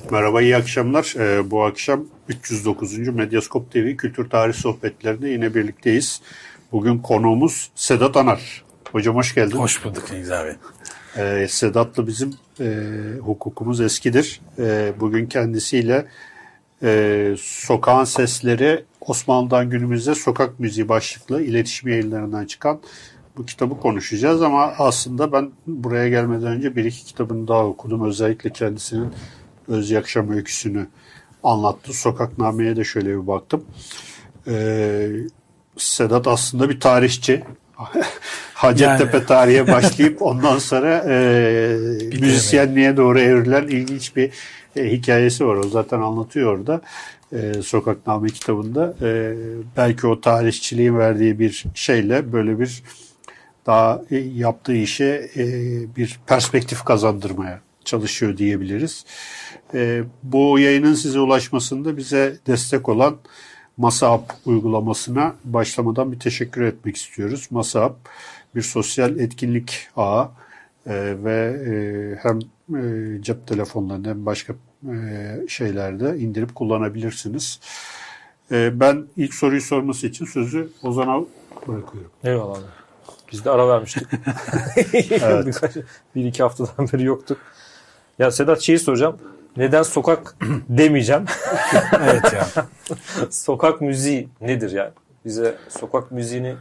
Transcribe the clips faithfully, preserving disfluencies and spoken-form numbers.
Merhaba, iyi akşamlar. Ee, bu akşam üç yüz dokuzuncu Medyaskop T V Kültür Tarih Sohbetlerinde yine birlikteyiz. Bugün konuğumuz Sedat Anar. Hocam hoş geldin. Hoş bulduk Cengiz abi. Ee, Sedat'la bizim e, hukukumuz eskidir. E, bugün kendisiyle e, Sokağın Sesleri Osmanlı'dan Günümüzde Sokak Müziği başlıklı iletişim yayınlarından çıkan bu kitabı konuşacağız. Ama aslında ben buraya gelmeden önce bir iki kitabını daha okudum. Özellikle kendisinin Öz Yaşam öyküsünü anlattı. Sokakname'ye de şöyle bir baktım. Ee, Sedat aslında bir tarihçi. Hacettepe yani. Tarihe başlayıp ondan sonra e, müzisyenliğe doğru evrilen ilginç bir e, hikayesi var. O zaten anlatıyor orada. E, Sokakname kitabında. E, belki o tarihçiliğin verdiği bir şeyle böyle bir daha e, yaptığı işe e, bir perspektif kazandırmaya çalışıyor diyebiliriz. E, bu yayının size ulaşmasında bize destek olan MasaApp uygulamasına başlamadan bir teşekkür etmek istiyoruz. MasaApp bir sosyal etkinlik ağı e, ve e, hem e, cep telefonlarında hem başka e, şeylerde indirip kullanabilirsiniz. E, ben ilk soruyu sorması için sözü Ozan'a bırakıyorum. Eyvallah abi. Biz de ara vermiştik. Evet. bir iki haftadan beri yoktuk. Ya Sedat şeyi soracağım. Neden sokak demeyeceğim. Evet ya. Sokak müziği nedir ya? Bize sokak müziğini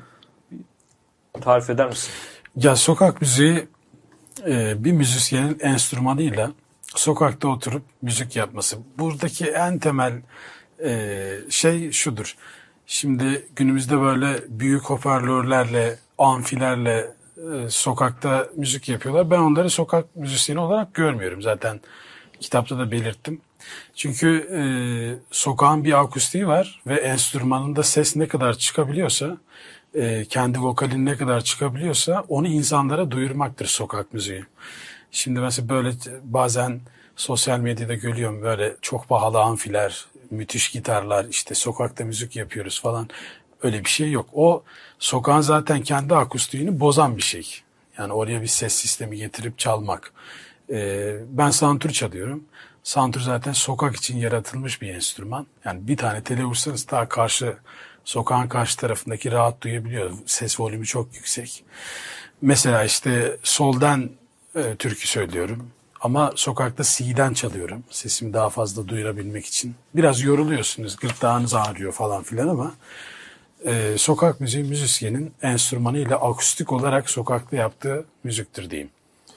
tarif eder misin? Ya sokak müziği e, bir müzisyenin enstrümanıyla sokakta oturup müzik yapması. Buradaki en temel e, şey şudur. Şimdi günümüzde böyle büyük hoparlörlerle, amfilerle e, sokakta müzik yapıyorlar. Ben onları sokak müzisyeni olarak görmüyorum zaten. Kitapta da belirttim. Çünkü e, sokağın bir akustiği var ve enstrümanında ses ne kadar çıkabiliyorsa, e, kendi vokalin ne kadar çıkabiliyorsa onu insanlara duyurmaktır sokak müziği. Şimdi mesela böyle bazen sosyal medyada görüyorum böyle çok pahalı amfiler, müthiş gitarlar, işte sokakta müzik yapıyoruz falan. Öyle bir şey yok. O sokağın zaten kendi akustiğini bozan bir şey. Yani oraya bir ses sistemi getirip çalmak. Ee, ben santur çalıyorum. Santur zaten sokak için yaratılmış bir enstrüman. Yani bir tane tele vursanız daha karşı, sokağın karşı tarafındaki rahat duyabiliyor. Ses volümü çok yüksek. Mesela işte soldan e, türkü söylüyorum. Ama sokakta C'den çalıyorum. Sesimi daha fazla duyurabilmek için. Biraz yoruluyorsunuz, gırtlağınız ağrıyor falan filan ama e, sokak müziği müzisyenin enstrümanıyla akustik olarak sokakta yaptığı müziktir diyeyim.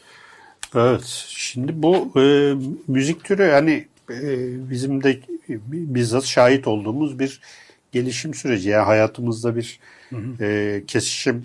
Evet, şimdi bu e, müzik türü yani e, bizim de bizzat şahit olduğumuz bir gelişim süreci. Yani hayatımızda bir hı hı. E, kesişim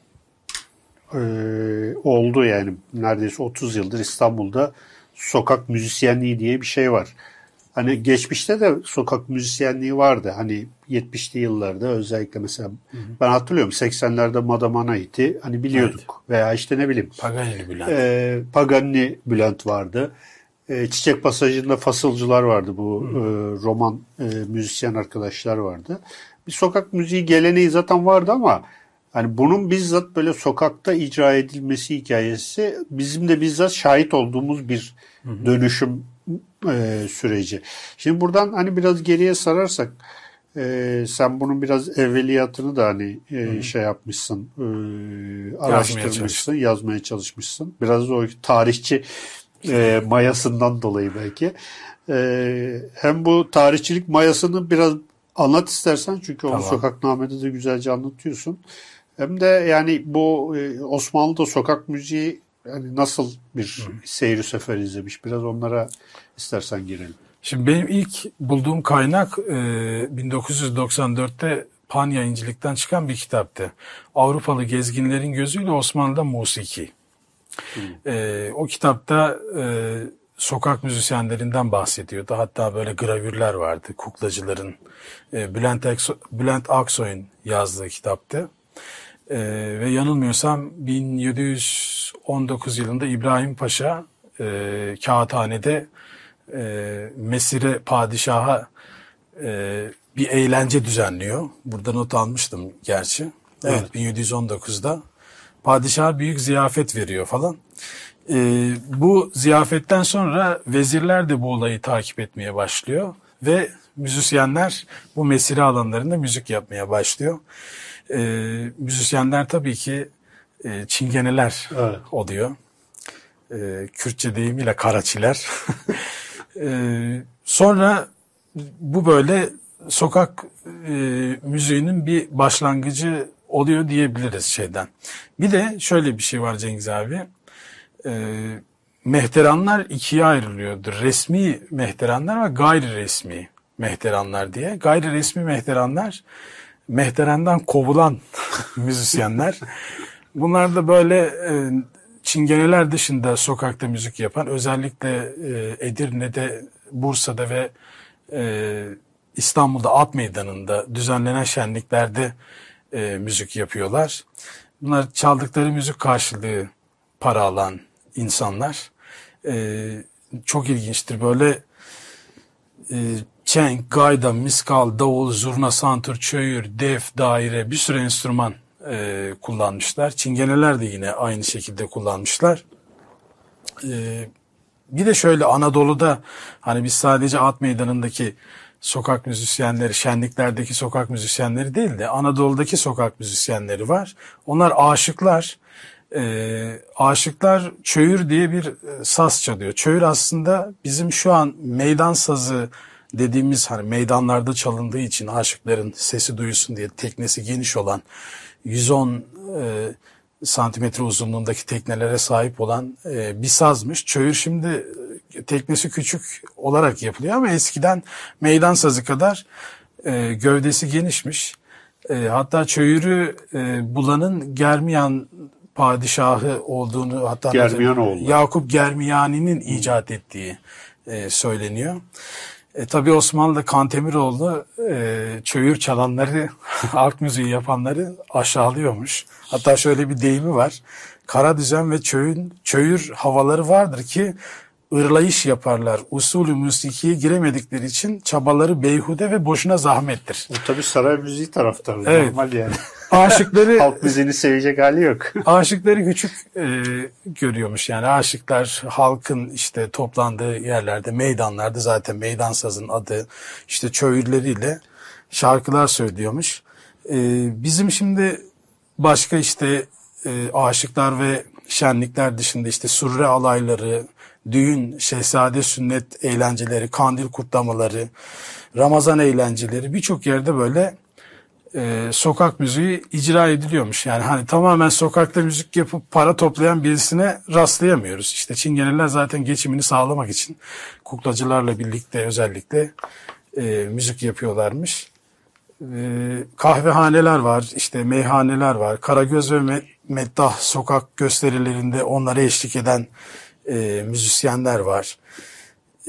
e, oldu yani neredeyse otuz yıldır İstanbul'da sokak müzisyenliği diye bir şey var. Hani geçmişte de sokak müzisyenliği vardı. Hani yetmişli yıllarda özellikle mesela hı hı. ben hatırlıyorum seksenlerde Madame Anaït'i hani biliyorduk. Evet. Veya işte ne bileyim Paganini Bülent. E, Paganini Bülent vardı. E, Çiçek Pasajı'nda Fasılcılar vardı. Bu e, roman e, müzisyen arkadaşlar vardı. Bir sokak müziği geleneği zaten vardı ama hani bunun bizzat böyle sokakta icra edilmesi hikayesi bizim de bizzat şahit olduğumuz bir hı hı. dönüşüm e, süreci. Şimdi buradan hani biraz geriye sararsak e, sen bunun biraz evveliyatını da hani e, şey yapmışsın, e, araştırmışsın, yazmaya, yazmaya çalışmışsın. Biraz o tarihçi e, mayasından dolayı belki. E, hem bu tarihçilik mayasını biraz anlat istersen çünkü onu tamam. Sokakname'de de güzelce anlatıyorsun. Hem de yani bu e, Osmanlı'da sokak müziği yani nasıl bir seyri sefer izlemiş? Biraz onlara istersen girelim. Şimdi benim ilk bulduğum kaynak e, bin dokuz yüz doksan dörtte Pan Yayıncılık'tan çıkan bir kitaptı. Avrupalı Gezginlerin Gözüyle Osmanlı'da Musiki. E, o kitapta e, sokak müzisyenlerinden bahsediyordu. Hatta böyle gravürler vardı. Kuklacıların e, Bülent, Akso- Bülent Aksoy'un yazdığı kitaptı. Ee, ve yanılmıyorsam bin yedi yüz on dokuz yılında İbrahim Paşa e, Kağıthane'de e, Mesire Padişah'a e, bir eğlence düzenliyor. Burada not almıştım gerçi. Evet, evet bin yedi yüz on dokuzda Padişah'a büyük ziyafet veriyor falan. E, bu ziyafetten sonra vezirler de bu olayı takip etmeye başlıyor ve müzisyenler bu mesire alanlarında müzik yapmaya başlıyor. E, müzisyenler tabii ki e, çingeneler evet. oluyor. E, Kürtçe deyimiyle karaçiler. e, sonra bu böyle sokak e, müziğinin bir başlangıcı oluyor diyebiliriz şeyden. Bir de şöyle bir şey var Cengiz abi. E, mehteranlar ikiye ayrılıyordur. Resmi mehteranlar ve gayri resmi mehteranlar diye. Gayri resmi mehteranlar mehterandan kovulan müzisyenler. Bunlar da böyle e, çingeneler dışında sokakta müzik yapan, özellikle e, Edirne'de, Bursa'da ve e, İstanbul'da At Meydanı'nda düzenlenen şenliklerde e, müzik yapıyorlar. Bunlar çaldıkları müzik karşılığı para alan insanlar. E, çok ilginçtir. Böyle e, çenk, gayda, miskal, davul, zurna, santür, çöyür, def, daire bir sürü enstrüman e, kullanmışlar. Çingeneler de yine aynı şekilde kullanmışlar. E, bir de şöyle Anadolu'da hani biz sadece At Meydanı'ndaki sokak müzisyenleri, şenliklerdeki sokak müzisyenleri değil de Anadolu'daki sokak müzisyenleri var. Onlar aşıklar. E, aşıklar çöyür diye bir saz çalıyor. Çöyür aslında bizim şu an meydan sazı dediğimiz, hani meydanlarda çalındığı için aşıkların sesi duyulsun diye teknesi geniş olan yüz on e, santimetre uzunluğundaki teknelere sahip olan e, bir sazmış. Çöyür şimdi teknesi küçük olarak yapılıyor ama eskiden meydan sazı kadar e, gövdesi genişmiş. E, hatta çöyürü e, bulanın Germiyan padişahı olduğunu, hatta Germiyanoğlu. Yakup Germiyani'nin icat ettiği e, söyleniyor. E, tabii Osmanlı'da Kantemiroğlu e, çöyür çalanları, halk müziği yapanları aşağılıyormuş. Hatta şöyle bir deyimi var. Kara düzen ve çöyün, çöyür havaları vardır ki ırlayış yaparlar. Usulü musikiye giremedikleri için çabaları beyhude ve boşuna zahmettir. Bu tabii saray müziği taraftarı. Evet. Normal yani. Aşıkları halk müziğini sevecek hali yok. aşıkları küçük e, görüyormuş. Yani aşıklar halkın işte toplandığı yerlerde, meydanlarda, zaten meydan sazın adı, işte çöyürleriyle şarkılar söylüyormuş. E, bizim şimdi başka işte e, aşıklar ve şenlikler dışında işte surre alayları, düğün, şehzade sünnet eğlenceleri, kandil kutlamaları, Ramazan eğlenceleri, birçok yerde böyle e, sokak müziği icra ediliyormuş. Yani hani tamamen sokakta müzik yapıp para toplayan birisine rastlayamıyoruz. İşte Çingeneler zaten geçimini sağlamak için kuklacılarla birlikte özellikle e, müzik yapıyorlarmış. E, kahvehaneler var, işte meyhaneler var. Karagöz ve Meddah sokak gösterilerinde onlara eşlik eden e, müzisyenler var. E,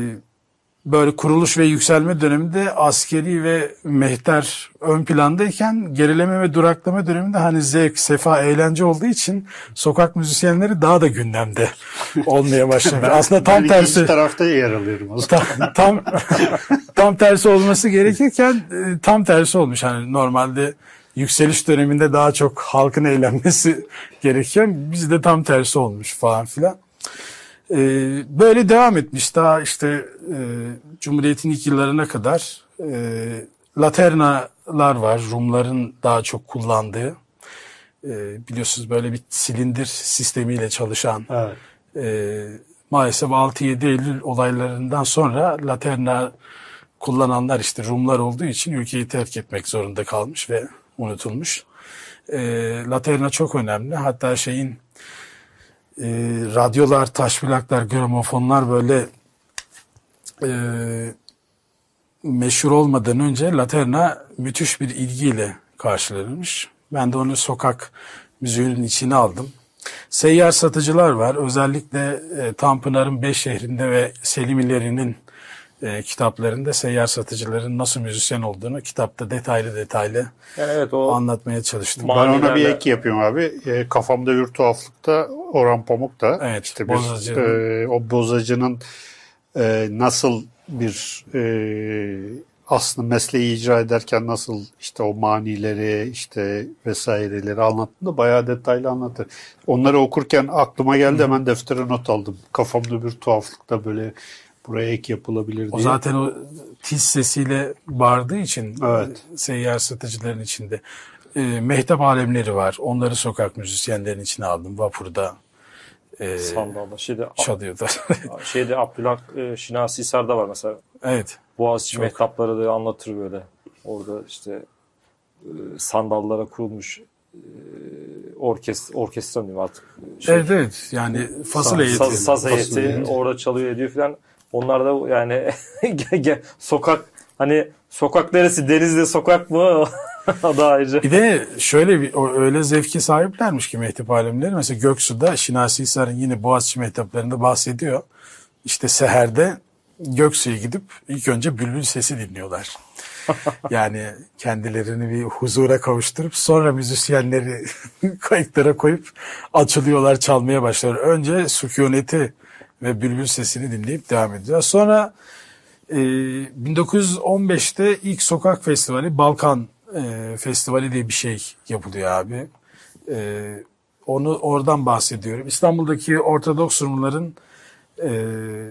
böyle kuruluş ve yükselme döneminde askeri ve mehter ön plandayken gerileme ve duraklama döneminde hani zevk, sefa, eğlence olduğu için sokak müzisyenleri daha da gündemde olmaya başlamış. Aslında tam ben tersi tarafta yer alıyorum o zaman. tam tam, tam tersi olması gerekirken tam tersi olmuş. Hani normalde yükseliş döneminde daha çok halkın eğlenmesi gerekiyor. Bizde tam tersi olmuş falan filan. Ee, böyle devam etmiş daha işte e, Cumhuriyet'in ilk yıllarına kadar e, laternalar var, Rumların daha çok kullandığı, e, biliyorsunuz böyle bir silindir sistemiyle çalışan. Evet. E, maalesef altı yedi Eylül olaylarından sonra laterna kullananlar işte Rumlar olduğu için ülkeyi terk etmek zorunda kalmış ve unutulmuş. E, laterna çok önemli, hatta şeyin E, radyolar, taşplaklar, gramofonlar böyle e, meşhur olmadan önce laterna müthiş bir ilgiyle karşılanmış. Ben de onu sokak müziğinin içine aldım. Seyyar satıcılar var. Özellikle e, Tanpınar'ın Beş şehrinde ve Selimilerinin e, kitaplarında seyyar satıcıların nasıl müzisyen olduğunu kitapta detaylı detaylı yani evet, o anlatmaya çalıştım. Ben ona bir ek yapıyorum abi. E, kafamda bir tuhaflıkta Orhan Pamuk da. Evet, işte bozacı. bir, e, o bozacının e, nasıl bir e, aslında mesleği icra ederken nasıl işte o manileri işte vesaireleri anlattığında bayağı detaylı anlatır. Onları okurken aklıma geldi, hemen deftere not aldım. Kafamda bir tuhaflıkta böyle buraya ek yapılabilir diye. O zaten o tiz sesiyle bağırdığı için evet. seyyar satıcıların içinde. E, mehtap alemleri var. Onları sokak müzisyenlerin içine aldım. Vapurda e, Sandalda. Şeyde, çalıyordu. şeyde Abdülhak e, Şinasi Hisar'da var mesela. Evet. Boğaziçi mehtapları da anlatır böyle. Orada işte e, sandallara kurulmuş e, orkestra, orkestra diyeyim artık. Şey, evet evet. Yani fasıl heyeti. Saz, saz heyeti orada çalıyor ediyor falan. Onlar da yani sokak, hani sokak neresi? Denizli sokak mı? Daha ayrıca. Bir de şöyle bir, o öyle zevki sahiplermiş ki mehtap alemleri. Mesela Göksu'da Şinasi Hisar'ın yine Boğaziçi mehtaplarında bahsediyor. İşte seherde Göksu'ya gidip ilk önce bülbül sesi dinliyorlar. Yani kendilerini bir huzura kavuşturup sonra müzisyenleri kayıtlara koyup açılıyorlar, çalmaya başlıyorlar. Önce sükuneti ve bülbül sesini dinleyip devam ediyorlar. Sonra e, bin dokuz yüz on beşte ilk sokak festivali, Balkan e, Festivali diye bir şey yapılıyor abi. E, onu oradan bahsediyorum. İstanbul'daki Ortodoks Rumların e,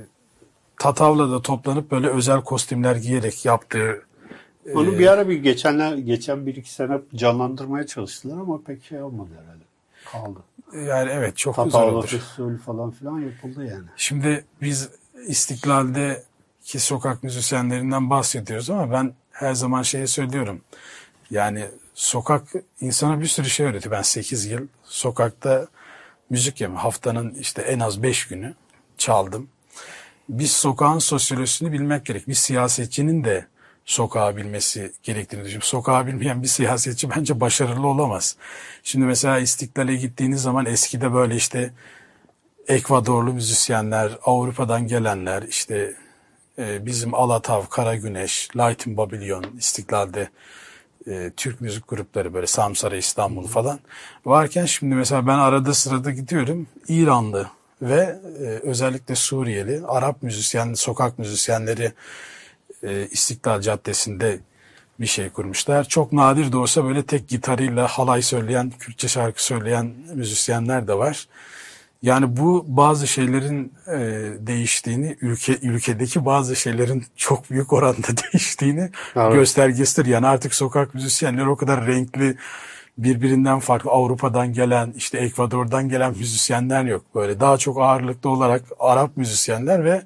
Tatavla'da toplanıp böyle özel kostümler giyerek yaptığı. Onu bir ara bir geçenler geçen bir iki sene canlandırmaya çalıştılar ama pek şey olmadı herhalde. Kaldı. Yani evet, çok güzel Tatavla olur. Festivali falan filan yapıldı yani. Şimdi biz İstiklal'deki sokak müzisyenlerinden bahsediyoruz ama ben her zaman şeyi söylüyorum. Yani sokak insana bir sürü şey öğretiyor. Ben sekiz yıl sokakta müzik yapıyorum. Haftanın işte en az beş günü çaldım. Biz sokağın sosyolojisini bilmek gerek. Bir siyasetçinin de sokağı bilmesi gerektiğini düşünüyorum. Sokağı bilmeyen bir siyasetçi bence başarılı olamaz. Şimdi mesela İstiklal'e gittiğiniz zaman eskide böyle işte Ekvadorlu müzisyenler, Avrupa'dan gelenler, işte e, bizim Alatav, Karagüneş, Lightin Babylon, İstiklal'de e, Türk müzik grupları böyle Samsara, İstanbul falan varken şimdi mesela ben arada sırada gidiyorum. İranlı ve e, özellikle Suriyeli, Arap müzisyen, sokak müzisyenleri e, İstiklal Caddesi'nde bir şey kurmuşlar. Çok nadir de olsa böyle tek gitarıyla halay söyleyen, Kürtçe şarkı söyleyen müzisyenler de var. Yani bu bazı şeylerin e, değiştiğini, ülke ülkedeki bazı şeylerin çok büyük oranda değiştiğini evet. göstergesidir. Yani artık sokak müzisyenleri o kadar renkli, birbirinden farklı, Avrupa'dan gelen, işte Ekvador'dan gelen müzisyenler yok. Böyle daha çok ağırlıklı olarak Arap müzisyenler ve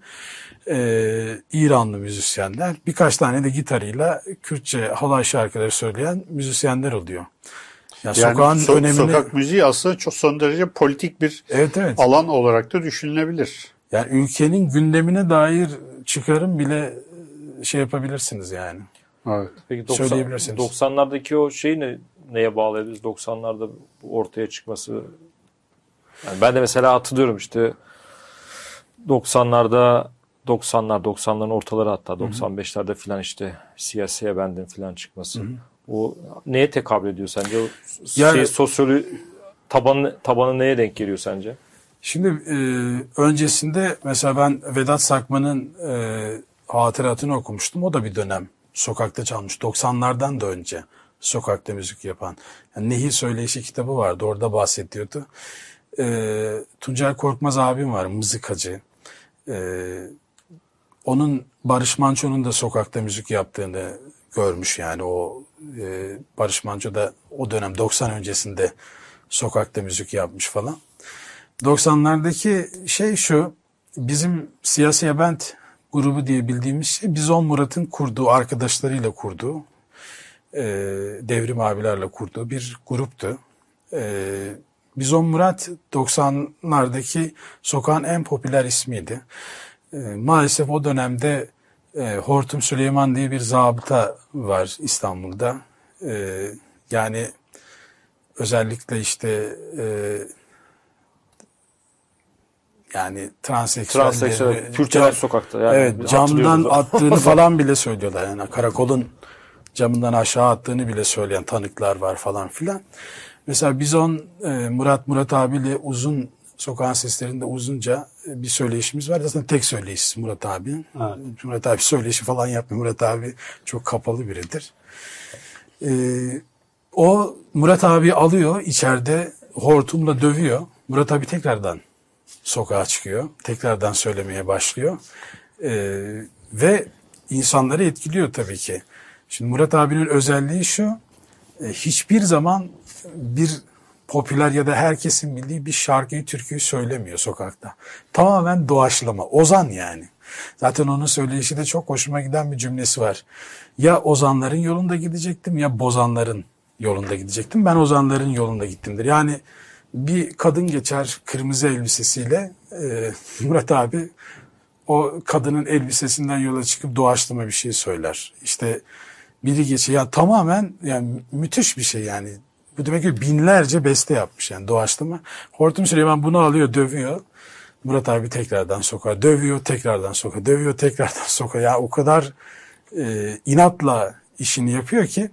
e, İranlı müzisyenler. Birkaç tane de gitarıyla Kürtçe halay şarkıları söyleyen müzisyenler oluyor. Yani, yani sokağın so- önemini... sokak müziği aslında çok son derece politik bir evet, evet. alan olarak da düşünülebilir. Yani ülkenin gündemine dair çıkarım bile şey yapabilirsiniz yani. Evet. Peki doksan, doksanlardaki o şeyi ne, neye bağlayabiliriz? doksanlarda ortaya çıkması. Yani ben de mesela hatırlıyorum işte doksanlarda doksanlar doksanların ortaları hatta doksan beşlerde filan işte siyasiye bendin filan çıkması. Hı hı. O neye tekabül ediyor sence? O yani, şey, sosyoloji tabanı, tabanı neye denk geliyor sence? Şimdi e, öncesinde mesela ben Vedat Sakman'ın e, hatıratını okumuştum. O da bir dönem sokakta çalmış. doksanlardan da önce sokakta müzik yapan. Yani Nehir Söyleyişi kitabı vardı. Orada bahsediyordu. E, Tuncay Korkmaz abim var. Mızıkacı. E, onun Barış Manço'nun da sokakta müzik yaptığını görmüş yani o e, Barış Manço da o dönem doksan öncesinde sokakta müzik yapmış falan. doksanlardaki şey şu, bizim Siyasi Band grubu diye bildiğimiz şey Bizon Murat'ın kurduğu, arkadaşlarıyla kurduğu, e, Devrim abilerle kurduğu bir gruptu. E, Bizon Murat doksanlardaki sokağın en popüler ismiydi. E, maalesef o dönemde E, Hortum Süleyman diye bir zabıta var İstanbul'da. E, yani özellikle işte e, yani transseksüel, transseksüel Kürtçeler sokakta. Yani evet, camdan attığını falan bile söylüyorlar. Yani karakolun camından aşağı attığını bile söyleyen tanıklar var falan filan. Mesela Bizon e, Murat Murat abiyle uzun Sokağın Seslerinde uzunca bir söyleyişimiz var. Zaten tek söyleyişi Murat abi. Evet. Murat abi söyleşi falan yapmıyor. Murat abi çok kapalı biridir. Ee, o Murat abi alıyor içeride hortumla dövüyor. Murat abi tekrardan sokağa çıkıyor. Tekrardan söylemeye başlıyor. Ee, ve insanları etkiliyor tabii ki. Şimdi Murat abinin özelliği şu. E, hiçbir zaman bir popüler ya da herkesin bildiği bir şarkıyı, türküyü söylemiyor sokakta. Tamamen doğaçlama. Ozan yani. Zaten onun söyleyişi de çok hoşuma giden bir cümlesi var. Ya ozanların yolunda gidecektim ya bozanların yolunda gidecektim. Ben ozanların yolunda gittimdir. Yani bir kadın geçer kırmızı elbisesiyle e, Murat abi o kadının elbisesinden yola çıkıp doğaçlama bir şey söyler. İşte biri geçiyor. Ya tamamen yani müthiş bir şey yani. Bu demek ki binlerce beste yapmış yani doğaçlama. Hortum Süleyman bunu alıyor, dövüyor. Murat abi tekrardan sokağa, dövüyor, tekrardan sokağa, dövüyor, tekrardan sokağa. Ya o kadar e, inatla işini yapıyor ki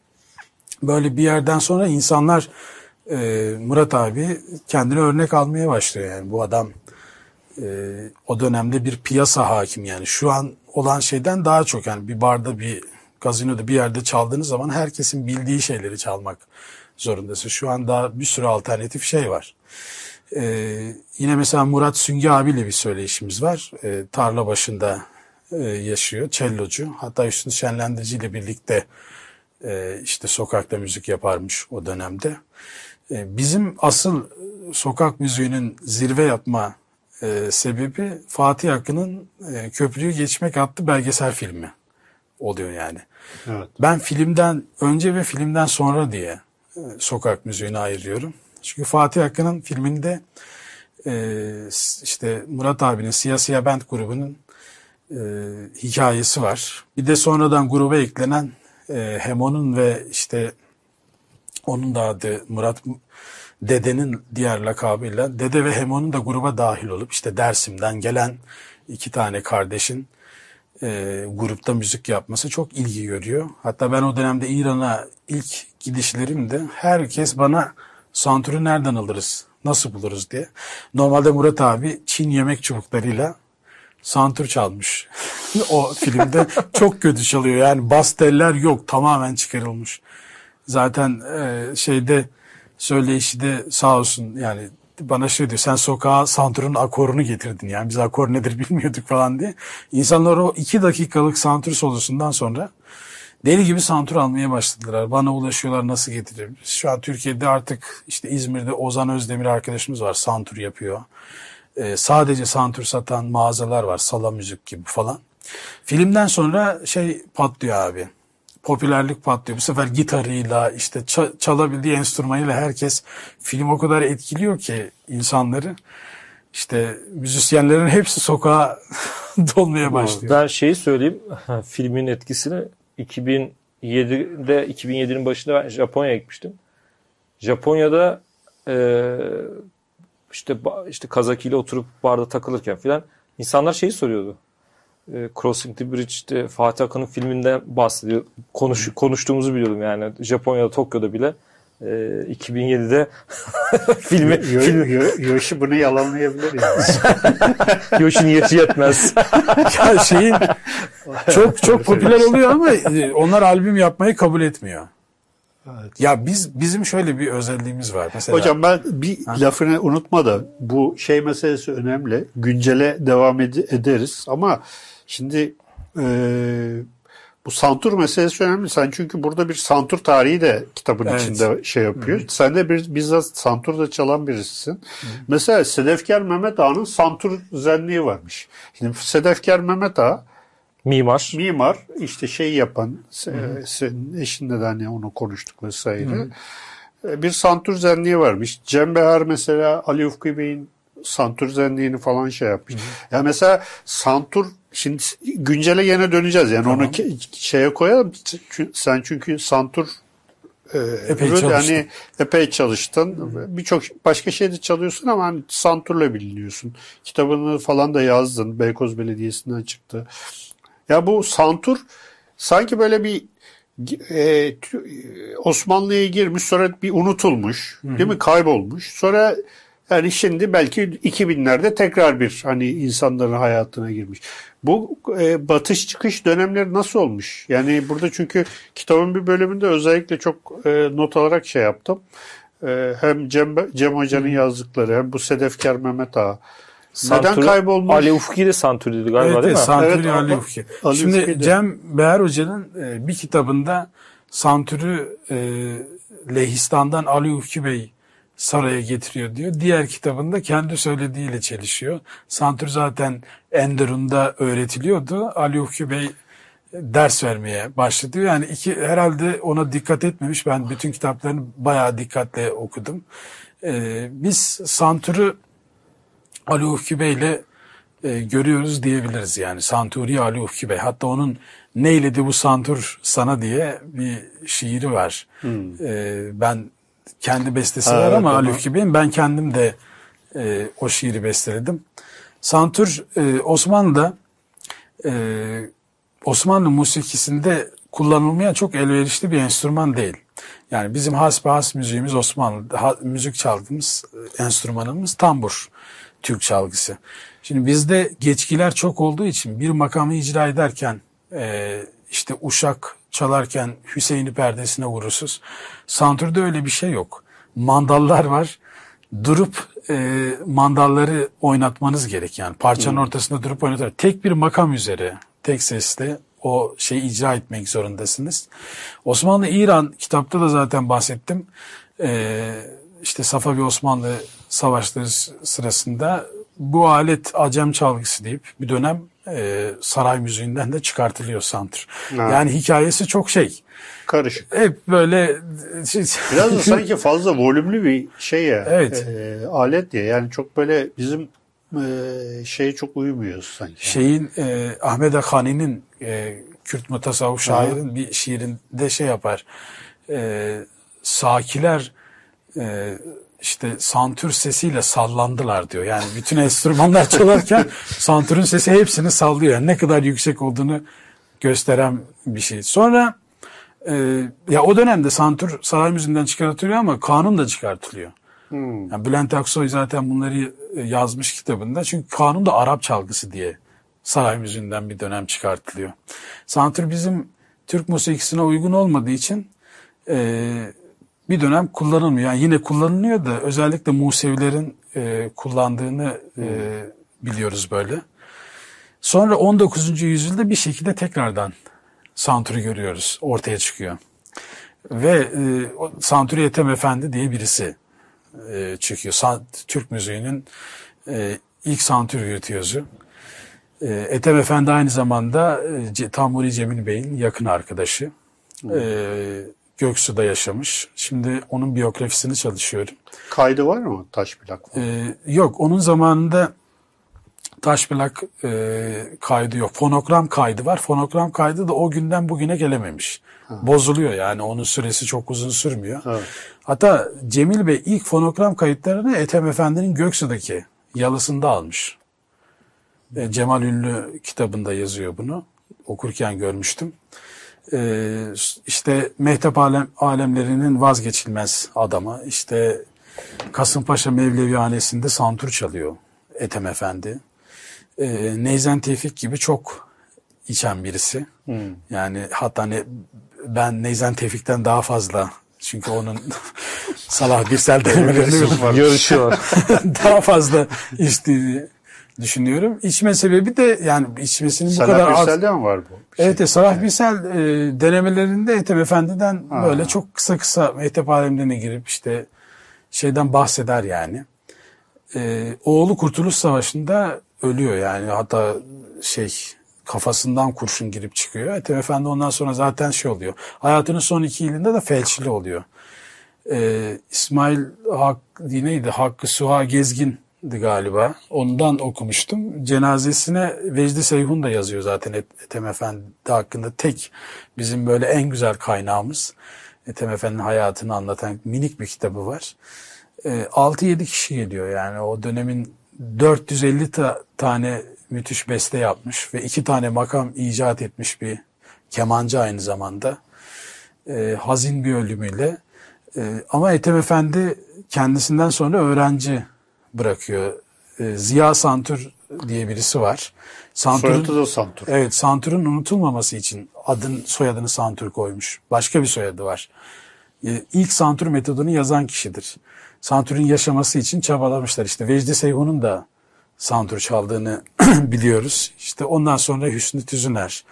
böyle bir yerden sonra insanlar e, Murat abi kendine örnek almaya başlıyor yani. Bu adam e, o dönemde bir piyasa hakim yani. Şu an olan şeyden daha çok yani bir barda, bir gazinoda, bir yerde çaldığınız zaman herkesin bildiği şeyleri çalmak zorundasın. Şu an daha bir sürü alternatif şey var. Ee, yine mesela Murat Süngü abiyle bir söyleşimiz var. Ee, tarla başında e, yaşıyor. Cellocu. Hatta Hüsnü Şenlendirici ile birlikte e, işte sokakta müzik yaparmış o dönemde. E, bizim asıl sokak müziğinin zirve yapma e, sebebi Fatih Akın'ın e, Köprüyü Geçmek adlı belgesel filmi oluyor yani. Evet. Ben filmden önce ve filmden sonra diye e, sokak müziğini ayırıyorum. Çünkü Fatih Akın'ın filminde e, işte Murat abinin Siyah Siyah Band grubunun e, hikayesi var. Bir de sonradan gruba eklenen e, Hemo'nun ve işte onun da adı Murat Dede'nin diğer lakabıyla Dede ve Hemo'nun da gruba dahil olup işte Dersim'den gelen iki tane kardeşin e, grupta müzik yapması çok ilgi görüyor. Hatta ben o dönemde İran'a ilk gidişlerimde herkes bana santürü nereden alırız, nasıl buluruz diye. Normalde Murat abi Çin yemek çubuklarıyla santür çalmış. O filmde çok kötü çalıyor. Yani bas teller yok, tamamen çıkarılmış. Zaten e, şeyde söyleyişi de sağ olsun yani bana şey diyor, sen sokağa santürün akorunu getirdin yani biz akor nedir bilmiyorduk falan diye. İnsanlar o iki dakikalık santür solosundan sonra deli gibi santür almaya başladılar. Bana ulaşıyorlar, nasıl getiririm? Şu an Türkiye'de artık işte İzmir'de Ozan Özdemir arkadaşımız var, santür yapıyor. Ee, sadece santür satan mağazalar var, Sala Müzik gibi falan. Filmden sonra şey patlıyor abi. Popülerlik patlıyor. Bu sefer gitarıyla işte çalabildiği enstrümanıyla herkes, film o kadar etkiliyor ki insanları. İşte müzisyenlerin hepsi sokağa dolmaya başlıyor. Ben şeyi söyleyeyim, filmin etkisini iki bin yedide iki bin yedinin başında ben Japonya'ya gitmiştim. Japonya'da e, işte işte Kazaki ile oturup barda takılırken filan insanlar şeyi soruyordu. E, Crossing the Bridge, işte Fatih Akın'ın filminden bahsediyor. Konuş, konuştuğumuzu biliyordum yani. Japonya'da, Tokyo'da bile e, iki bin yedide filmi... Yo, film... Yo, Yoshi bunu yalanlayabilir yani. Yoshi'nin yaşı yetmez. Ya şeyin çok çok popüler oluyor ama onlar albüm yapmayı kabul etmiyor. Evet. Ya biz bizim şöyle bir özelliğimiz var. Mesela, hocam ben bir ha? lafını unutma da bu şey meselesi önemli. Güncele devam ed- ederiz ama şimdi e, bu santur meselesi önemli. Sen çünkü burada bir santur tarihi de kitabın evet. içinde şey yapıyor. Hı-hı. Sen de bir, bizzat santurda çalan birisisin. Hı-hı. Mesela Sedefkar Mehmet Ağa'nın santur zenliği varmış. Şimdi Sedefkar Mehmet Ağa Mimar. Mimar işte şey yapan, Hı-hı. senin eşinle de hani onu konuştuk vesaire. Hı-hı. Bir santur zenliği varmış. Cem Behar mesela Ali Ufku Bey'in santur zenliğini falan şey yapmış. Hı-hı. Ya mesela santur, şimdi güncele yine döneceğiz yani tamam. Onu şeye koyalım. Sen çünkü santur e, epey çalıştın. Yani epey çalıştın. Hı-hı. Birçok başka şey de çalıyorsun ama hani santurla biliniyorsun. Kitabını falan da yazdın. Beykoz Belediyesi'nden çıktı. Ya bu santur sanki böyle bir e, Osmanlı'ya girmiş, sonra bir unutulmuş, Hı-hı. değil mi? Kaybolmuş. Sonra Yani şimdi belki iki binlerde tekrar bir hani insanların hayatına girmiş. Bu e, batış çıkış dönemleri nasıl olmuş? Yani burada çünkü kitabın bir bölümünde özellikle çok e, not alarak şey yaptım. E, hem Cem, Cem Hoca'nın hmm. yazdıkları hem bu Sedefkar Mehmet Ağa. Santuri, neden kaybolmuş? Ali Ufki de Santuri'ydi galiba, evet, değil mi? Santuri, evet, Ali Ufki. Ali Şimdi Ufki'de. Cem Beher Hoca'nın e, bir kitabında Santuri e, Lehistan'dan Ali Ufki Bey saraya getiriyor diyor. Diğer kitabında kendi söylediğiyle çelişiyor. Santuri zaten Enderun'da öğretiliyordu. Ali Ufki Bey ders vermeye başladı. Yani iki herhalde ona dikkat etmemiş. Ben bütün kitaplarını bayağı dikkatle okudum. Ee, biz Santuri Ali Ufki Bey'le e, görüyoruz diyebiliriz yani. Santuri Ali Ufki Bey. Hatta onun "Neyledi bu Santur sana" diye bir şiiri var. Hmm. Ee, ben kendi bestesi ha, var ama evet, Ali Ufki Bey'in, ben kendim de e, o şiiri besteledim. Santur e, Osmanlı'da e, Osmanlı musikisinde kullanılmaya çok elverişli bir enstrüman değil. Yani bizim hasbihas müziğimiz, Osmanlı ha, müzik çaldığımız enstrümanımız tambur, Türk çalgısı. Şimdi bizde geçkiler çok olduğu için bir makamı icra ederken e, işte uşak çalarken Hüseyin'i perdesine vurursunuz. Santurda öyle bir şey yok. Mandallar var. Durup e, mandalları oynatmanız gerek yani. Parçanın hmm. ortasında durup oynatır. Tek bir makam üzere, tek sesle o şeyi icra etmek zorundasınız. Osmanlı-İran kitapta da zaten bahsettim. E, işte Safavi Osmanlı savaşları sırasında bu alet Acem çalgısı deyip bir dönem e, saray müziğinden de çıkartılıyor santur. Ha. Yani hikayesi çok şey. Karışık. Hep böyle. Biraz da sanki fazla volümlü bir şey ya. Evet. E, alet ya. Yani çok böyle bizim e, şeye çok uymuyoruz sanki. Şeyin e, Ahmed Khani'nin e, Kürt mutasavvuf şairin ha. bir şiirinde şey yapar. E, sakiler e, İşte santür sesiyle sallandılar diyor. Yani bütün enstrümanlar çalarken santürün sesi hepsini sallıyor. Yani ne kadar yüksek olduğunu gösteren bir şey. Sonra e, ya o dönemde santür saray müziğinden çıkartılıyor ama kanun da çıkartılıyor. Hmm. Yani Bülent Aksoy zaten bunları yazmış kitabında. Çünkü kanun da Arap çalgısı diye saray müziğinden bir dönem çıkartılıyor. Santür bizim Türk musikisine uygun olmadığı için e, bir dönem kullanılmıyor. Yani yine kullanılıyor da özellikle Musevilerin e, kullandığını e, biliyoruz böyle. Sonra on dokuzuncu yüzyılda bir şekilde tekrardan santürü görüyoruz. Ortaya çıkıyor. Ve e, Santuri Ethem Efendi diye birisi e, çıkıyor. San, Türk müziğinin e, ilk santür virtüözü. E, Ethem Efendi aynı zamanda e, Tamburi Cemil Bey'in yakın arkadaşı. E, Göksu'da yaşamış. Şimdi onun biyografisini çalışıyorum. Kaydı var mı taş plak? Ee, yok. Onun zamanında taş plak e, kaydı yok. Fonogram kaydı var. Fonogram kaydı da o günden bugüne gelememiş. Ha. Bozuluyor yani. Onun süresi çok uzun sürmüyor. Evet. Hatta Cemil Bey ilk fonogram kayıtlarını Ethem Efendi'nin Göksu'daki yalısında almış. E, Cemal Ünlü kitabında yazıyor bunu. Okurken görmüştüm. Ee, işte Mehtap Alem, alemlerinin vazgeçilmez adamı. İşte Kasımpaşa Mevlevihanesi'nde santur çalıyor Ethem Efendi. Ee, Neyzen Tevfik gibi çok içen birisi. Hmm. Yani hatta ne, ben Neyzen Tevfik'ten daha fazla, çünkü onun Salah Birsel denemelerini yarışıyor. daha fazla içtiğini düşünüyorum. İçme sebebi de yani içmesinin bu Salah kadar az. Salah Birsel'de mi var bu? Evet, şey. Salah Birsel e, denemelerinde Ethem Efendi'den ha. böyle çok kısa kısa Mehtap alemlerine girip işte şeyden bahseder yani. E, oğlu Kurtuluş Savaşı'nda ölüyor yani, hatta şey kafasından kurşun girip çıkıyor. Ethem Efendi ondan sonra zaten şey oluyor. Hayatının son iki yılında da felçli oluyor. E, İsmail Hak, neydi? Hakkı Suha Gezgin galiba. Ondan okumuştum. Cenazesine Vecdi Seyhun da yazıyor zaten Ethem Efendi hakkında. Tek bizim böyle en güzel kaynağımız. Ethem Efendi'nin hayatını anlatan minik bir kitabı var. E, altı yedi kişi geliyor yani. O dönemin dört yüz elli ta, tane müthiş beste yapmış ve iki tane makam icat etmiş bir kemancı aynı zamanda. E, hazin bir ölümüyle. E, ama Ethem Efendi kendisinden sonra öğrenci bırakıyor. E, Ziya Santur diye birisi var. Soyadı da Santur. Evet, Santur'un unutulmaması için adın soyadını Santur koymuş. Başka bir soyadı var. E, ilk Santur metodunu yazan kişidir. Santur'un yaşaması için çabalamışlar. İşte Vecdi Seyhun'un da Santur çaldığını biliyoruz. İşte ondan sonra Hüsnü Tüzüner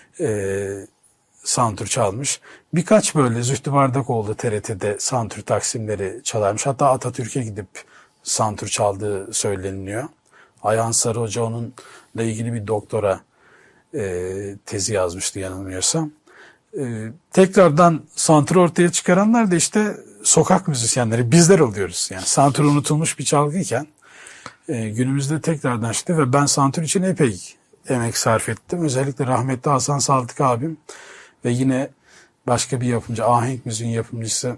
e, Santur çalmış. Birkaç böyle Zühtü Bardakoğlu T R T'de Santur taksimleri çalarmış. Hatta Atatürk'e gidip Santur çaldığı söyleniliyor. Ayhan Sarı Hoca onunla ilgili bir doktora e, tezi yazmıştı yanılmıyorsam. E, tekrardan Santur ortaya çıkaranlar da işte sokak müzisyenleri, bizler oluyoruz. Yani Santur unutulmuş bir çalgıyken e, günümüzde tekrardan işte ve ben Santur için epey emek sarf ettim. Özellikle rahmetli Hasan Saltık abim ve yine başka bir yapımcı, ahenk müziğin yapımcısı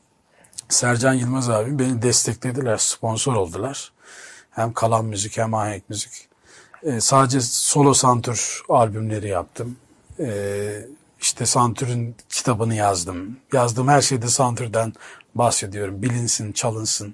Sercan Yılmaz abim beni desteklediler, sponsor oldular. Hem kalan müzik hem ahenk müzik. Ee, sadece solo Santur albümleri yaptım. Ee, işte Santur'un kitabını yazdım. Yazdığım her şeyde Santur'dan bahsediyorum. Bilinsin, çalınsın.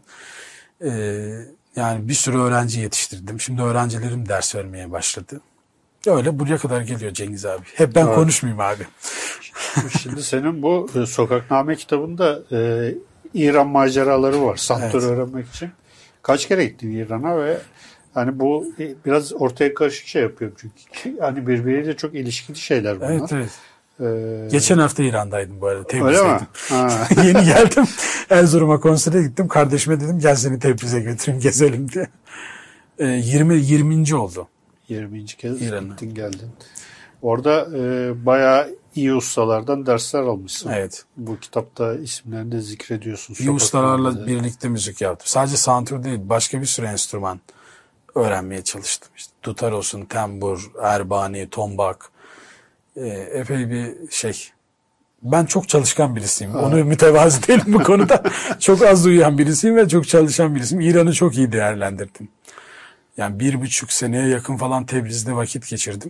Ee, yani bir sürü öğrenci yetiştirdim. Şimdi öğrencilerim ders vermeye başladı. Öyle buraya kadar geliyor Cengiz abi. Hep ben evet. konuşmayayım abi. Şimdi senin bu e, Sokakname kitabında e, İran maceraları var. Santur evet. öğrenmek için. Kaç kere gittin İran'a ve hani bu biraz ortaya karışık şey yapıyorum çünkü hani birbiriyle çok ilişkili şeyler bunlar. Evet evet. Ee, Geçen hafta İran'daydım bu arada. Tebriz'deydim. Öyle mi? Yeni geldim. Erzurum'a konsere gittim. Kardeşime dedim gel seni Tebriz'e götüreyim gezelim diye. Ee, yirmi yirminci oldu. yirminci kez İran'a. Gittin geldin. Orada e, bayağı iyi ustalardan dersler almışsın. Evet. Bu kitapta isimlerini de zikrediyorsun. İyi ustalarla birlikte müzik yaptım. Sadece santur değil, başka bir sürü enstrüman öğrenmeye çalıştım. İşte dutar olsun, tembur, erbani, tombak. E, epey bir şey. Ben çok çalışkan birisiyim. Ha. Onu mütevazı değilim bu konuda. Çok az uyuyan birisiyim ve çok çalışan birisiyim. İran'ı çok iyi değerlendirdim. Yani bir buçuk seneye yakın falan Tebriz'de vakit geçirdim.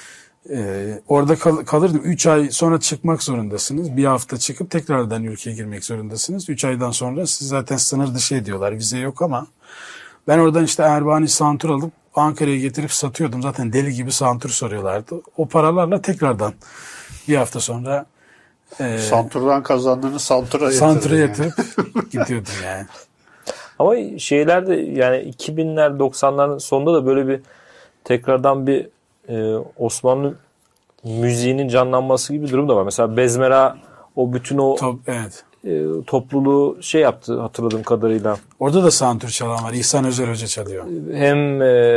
Ee, orada kal- kalırdım. Üç ay sonra çıkmak zorundasınız. Bir hafta çıkıp tekrardan ülkeye girmek zorundasınız. Üç aydan sonra siz zaten sınır dışı ediyorlar. Vize yok ama ben oradan işte Erbani santur alıp Ankara'ya getirip satıyordum. Zaten deli gibi santur soruyorlardı. O paralarla tekrardan bir hafta sonra e, santurdan kazandığını santura yatırdım. Santura yatırıp yani. Gidiyordum yani. Ama şeylerde yani iki binler doksanların sonunda da böyle bir tekrardan bir e, Osmanlı müziğinin canlanması gibi bir durum da var. Mesela Bezmera o bütün o Top, evet. e, topluluğu şey yaptı hatırladığım kadarıyla. Orada da santur çalan var. İhsan Özer Hoca çalıyor. Hem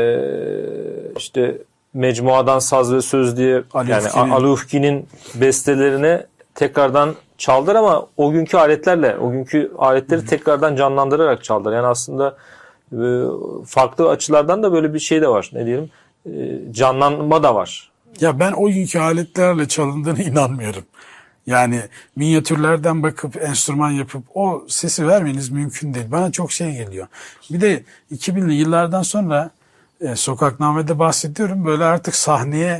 e, işte Mecmuadan Saz ve Söz diye Ali yani Ufki'nin. Ali Ufki'nin bestelerine tekrardan çaldılar ama o günkü aletlerle, o günkü aletleri hmm. tekrardan canlandırarak çaldılar. Yani aslında e, farklı açılardan da böyle bir şey de var. Ne diyelim? E, canlanma da var. Ya ben o günkü aletlerle çalındığına inanmıyorum. Yani minyatürlerden bakıp enstrüman yapıp o sesi vermeniz mümkün değil. Bana çok şey geliyor. Bir de iki binli yıllardan sonra e, Sokakname'de bahsediyorum. Böyle artık sahneye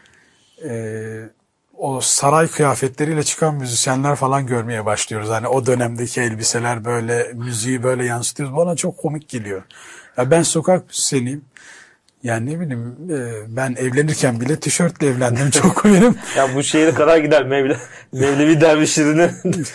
e, o saray kıyafetleriyle çıkan müzisyenler falan görmeye başlıyoruz. Hani o dönemdeki elbiseler böyle müziği böyle yansıtıyoruz. Bana çok komik geliyor. Ya ben sokak müzisyeniyim. Yani ne bileyim ben evlenirken bile tişörtle evlendim çok komiyim. Ya bu şeye kadar gider Mevle, Mevlevi dervişlerinin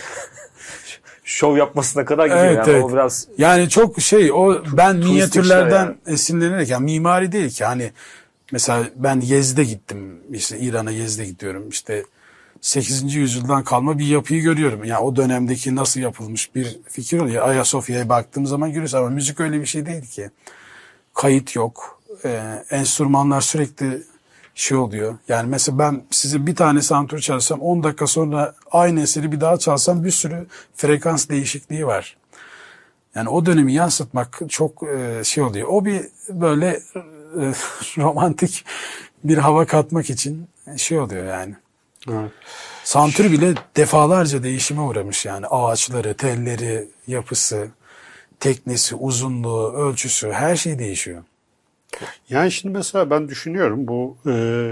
şov yapmasına kadar gidiyor. Evet, yani evet. O biraz yani çok şey o ben minyatürlerden yani. Esinlenerek yani mimari değil ki hani mesela ben Yezid'e gittim işte İran'a Yezid'e gidiyorum işte sekizinci yüzyıldan kalma bir yapıyı görüyorum. Yani o dönemdeki nasıl yapılmış bir fikir oluyor. Ayasofya'ya baktığım zaman görüyorsun ama müzik öyle bir şey değil ki. Kayıt yok. Ee, enstrümanlar sürekli şey oluyor. Yani mesela ben size bir tane santur çalsam on dakika sonra aynı eseri bir daha çalsam bir sürü frekans değişikliği var. Yani o dönemi yansıtmak çok e, şey oluyor. O bir böyle e, romantik bir hava katmak için şey oluyor yani. Evet. Santur bile defalarca değişime uğramış yani. Ağaçları, telleri, yapısı, teknesi, uzunluğu, ölçüsü her şey değişiyor. Yani şimdi mesela ben düşünüyorum bu e,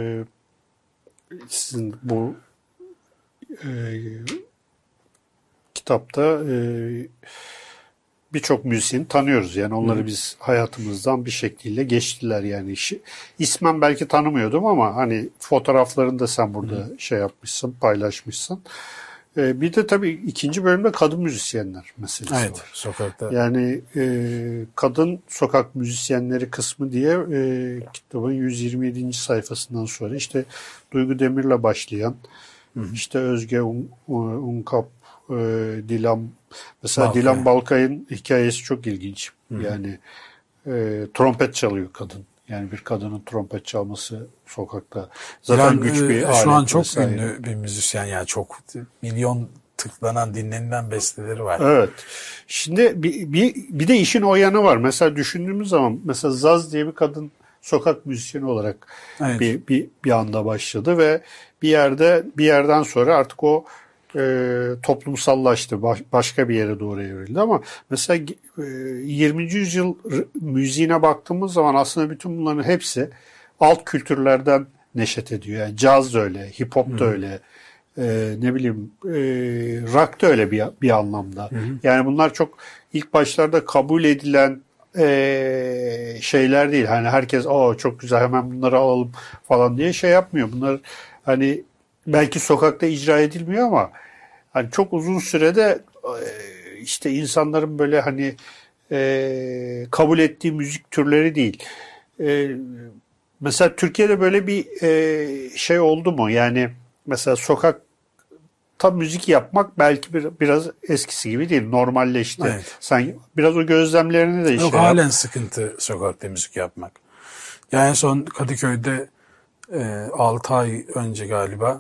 sizin bu e, kitapta e, birçok müzisyeni tanıyoruz. Yani onları Hı. biz hayatımızdan bir şekilde geçtiler yani işi. İsmen belki tanımıyordum ama hani fotoğraflarını da sen burada Hı. şey yapmışsın, paylaşmışsın. Ee, bir de tabii ikinci bölümde kadın müzisyenler meselesi evet, var. Sokakta. Yani e, kadın sokak müzisyenleri kısmı diye e, kitabın yüz yirmi yedinci sayfasından sonra işte Duygu Demir'le başlayan Hı. işte Özge Un, Unkap, e, Dilan mesela Balkay. Dilan Balkay'ın hikayesi çok ilginç. Hı. Yani e, trompet çalıyor kadın. Yani bir kadının trompet çalması sokakta zaten Dilan, güç bir e, alet. Şu an çok vesaire. ünlü bir müzisyen yani çok milyon tıklanan, dinlenilen besteleri var. Evet. Şimdi bir, bir, bir de işin o yanı var. Mesela düşündüğümüz zaman mesela Zaz diye bir kadın sokak müzisyeni olarak evet. bir, bir, bir anda başladı ve bir yerde bir yerden sonra artık o e, toplumsallaştı. Baş, başka bir yere doğru evrildi ama mesela e, yirminci yüzyıl müziğine baktığımız zaman aslında bütün bunların hepsi alt kültürlerden neşet ediyor. Yani caz da öyle, hip hop da hmm. öyle. Ee, ne bileyim e, rock da öyle bir, bir anlamda. Hı hı. Yani bunlar çok ilk başlarda kabul edilen e, şeyler değil. Hani herkes o çok güzel hemen bunları alalım falan diye şey yapmıyor. Bunlar hani belki sokakta icra edilmiyor ama hani çok uzun sürede e, işte insanların böyle hani e, kabul ettiği müzik türleri değil. E, mesela Türkiye'de böyle bir e, şey oldu mu? Yani mesela sokak tam müzik yapmak belki bir, biraz eskisi gibi değil. Normalleşti. Evet. Sen biraz o gözlemlerini de Yok, şey halen yap. sıkıntı sokakta müzik yapmak. Yani en son Kadıköy'de e, altı ay önce galiba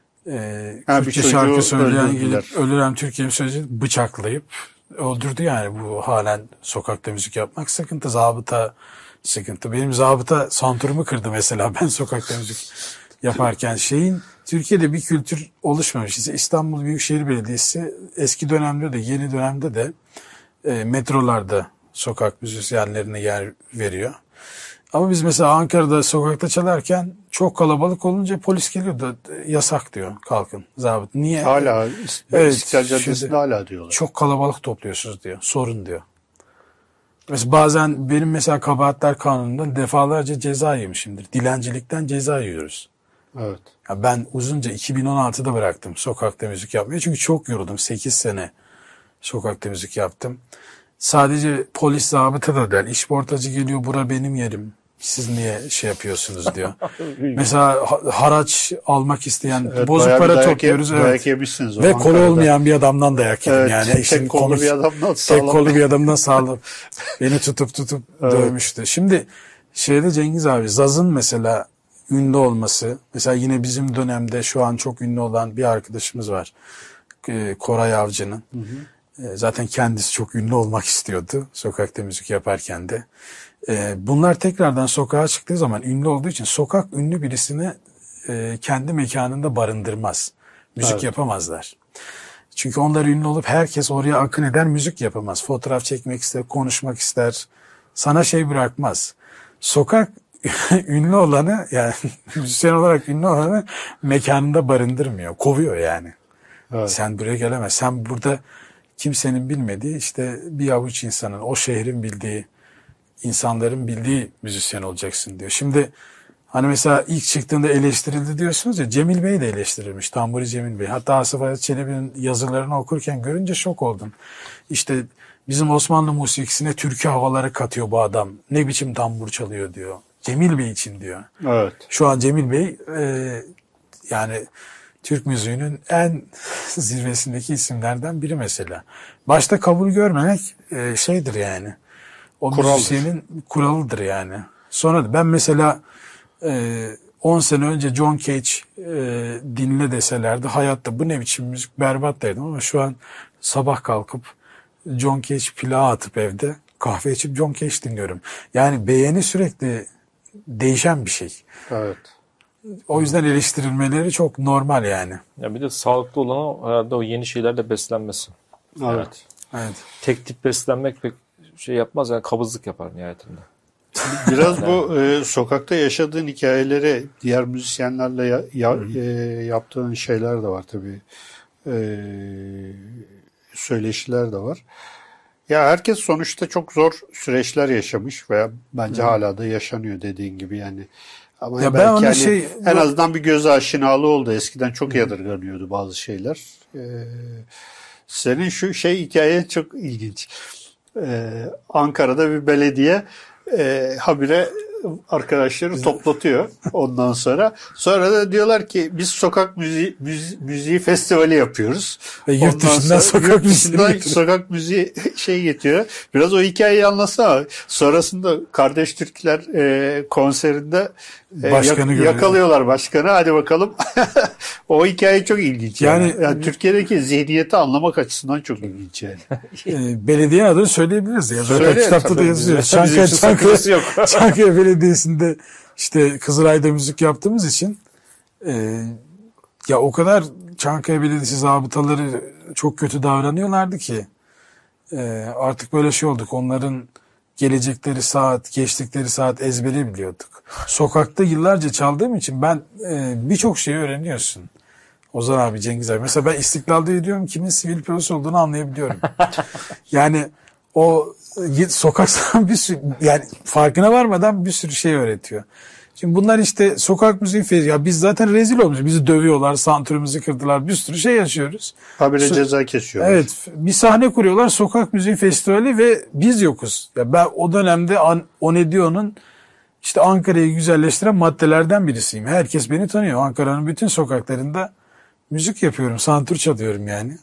e, ha, Türkçe şarkı söyleyen gelip Ölürem Türkiye'mi söyleyecek bıçaklayıp öldürdü yani. Bu halen sokakta müzik yapmak sıkıntı. Zabıta sıkıntı. Benim zabıta santurumu kırdı mesela ben sokakta müzik yaparken. Şeyin Türkiye'de bir kültür oluşmamış. İstanbul Büyükşehir Belediyesi eski dönemde de yeni dönemde de e, metrolarda sokak müzisyenlerine yer veriyor. Ama biz mesela Ankara'da sokakta çalarken çok kalabalık olunca polis geliyor da yasak diyor, kalkın zabıt. Niye? Hala evet, İstiklal Caddesi'nde hala diyorlar. Çok kalabalık topluyorsunuz diyor. Sorun diyor. Mesela bazen benim mesela kabahatler kanunundan defalarca ceza yemişimdir. Dilencilikten ceza yiyoruz. Evet. Ya ben uzunca iki bin on altıda bıraktım sokakta müzik yapmayı. Çünkü çok yoruldum. sekiz sene sokakta müzik yaptım. Sadece polis zabıta da der. İşportacı geliyor, bura benim yerim. Siz niye şey yapıyorsunuz diyor. Mesela haraç almak isteyen evet, bozuk para dayak topluyoruz. Ye, evet. Yemişsiniz ve kolu olmayan bir adamdan dayak yedim. Evet, yani tek, tek kollu bir adamdan sağlam. Tek kollu bir adamdan sağlam. Beni tutup tutup evet. dövmüştü. Şimdi şeyde Cengiz abi, Zaz'ın mesela ünlü olması. Mesela yine bizim dönemde şu an çok ünlü olan bir arkadaşımız var. Koray Avcı'nın. Hı hı. Zaten kendisi çok ünlü olmak istiyordu sokakta müzik yaparken de. Bunlar tekrardan sokağa çıktığı zaman ünlü olduğu için sokak ünlü birisini kendi mekanında barındırmaz. Müzik evet. yapamazlar. Çünkü onlar ünlü olup herkes oraya akın eder, müzik yapamaz. Fotoğraf çekmek ister, konuşmak ister. Sana şey bırakmaz. Sokak ünlü olanı, yani müzisyen olarak ünlü olanı mekanında barındırmıyor. Kovuyor yani. Evet. Sen buraya gelemez. Sen burada kimsenin bilmediği, işte bir avuç insanın, o şehrin bildiği, insanların bildiği müzisyen olacaksın diyor. Şimdi hani mesela ilk çıktığında eleştirildi diyorsunuz ya, Cemil Bey de eleştirilmiş. Tamburi Cemil Bey. Hatta Asaf Hayat Çelebi'nin yazılarını okurken görünce şok oldum. İşte bizim Osmanlı musikisine türkü havaları katıyor bu adam. Ne biçim tambur çalıyor diyor. Cemil Bey için diyor. Evet. Şu an Cemil Bey e, yani Türk müziğinin en zirvesindeki isimlerden biri mesela. Başta kabul görmemek e, şeydir yani. O kuraldır. Müzisyenin kuralıdır yani. Sonra ben mesela e, on sene önce John Cage e, dinle deselerdi hayatta bu ne biçim müzik berbat derdim, ama şu an sabah kalkıp John Cage plağı atıp evde kahve içip John Cage dinliyorum. Yani beğeni sürekli değişen bir şey. Evet. O yüzden eleştirilmeleri çok normal yani. Ya bir de sağlıklı olan herhalde o yeni şeylerle beslenmesi. Evet. Evet. Tek tip beslenmek pek şey yapmaz, yani kabızlık yapar nihayetinde. Biraz bu e, sokakta yaşadığın hikayeleri diğer müzisyenlerle ya, ya, e, yaptığın şeyler de var tabii. E, söyleşiler de var. Ya herkes sonuçta çok zor süreçler yaşamış veya bence Hı. hala da yaşanıyor dediğin gibi yani. Ama ya belki hani şey, en azından bir göz aşinalığı oldu. Eskiden çok Hı. yadırganıyordu bazı şeyler. Ee, senin şu şey hikayen çok ilginç. Ee, Ankara'da bir belediye e, habire arkadaşları toplatıyor ondan sonra. Sonra da diyorlar ki biz sokak müziği, müziği, müziği festivali yapıyoruz. Ve yurt dışından sokak müziği sokak müziği şey getiriyor. Biraz o hikayeyi anlatsana. Sonrasında Kardeş Türkler e, konserinde e, yak, yakalıyorlar başkanı. Hadi bakalım. O hikaye çok ilginç. Yani, yani. yani Türkiye'deki zihniyeti anlamak açısından çok ilginç yani. E, belediye adını söyleyebiliriz ya. Zaten Söyle, kitapta da yazıyor. Çankaya, Çankaya, Çankaya Belediyesi'nde işte Kızılay'da müzik yaptığımız için e, ya o kadar Çankaya Belediyesi zabıtaları çok kötü davranıyorlardı ki e, artık böyle şey olduk. Onların gelecekleri saat, geçtikleri saat ezberi biliyorduk. Sokakta yıllarca çaldığım için ben e, birçok şeyi öğreniyorsun. Ozan abi, Cengiz abi. Mesela ben İstiklal'de yürüyorum, kimin sivil polis olduğunu anlayabiliyorum. Yani o sokaktan bir sürü, yani farkına varmadan bir sürü şey öğretiyor. Şimdi bunlar işte sokak müziği fezi. Ya biz zaten rezil olmuşuz. Bizi dövüyorlar, santrümüzü kırdılar. Bir sürü şey yaşıyoruz. Habire so- ceza kesiyorlar. Evet. Bir sahne kuruyorlar. Sokak müziği festivali ve biz yokuz. Ya ben o dönemde O Ne Diyor'un işte Ankara'yı güzelleştiren maddelerden birisiyim. Herkes beni tanıyor. Ankara'nın bütün sokaklarında müzik yapıyorum. Santur çalıyorum yani.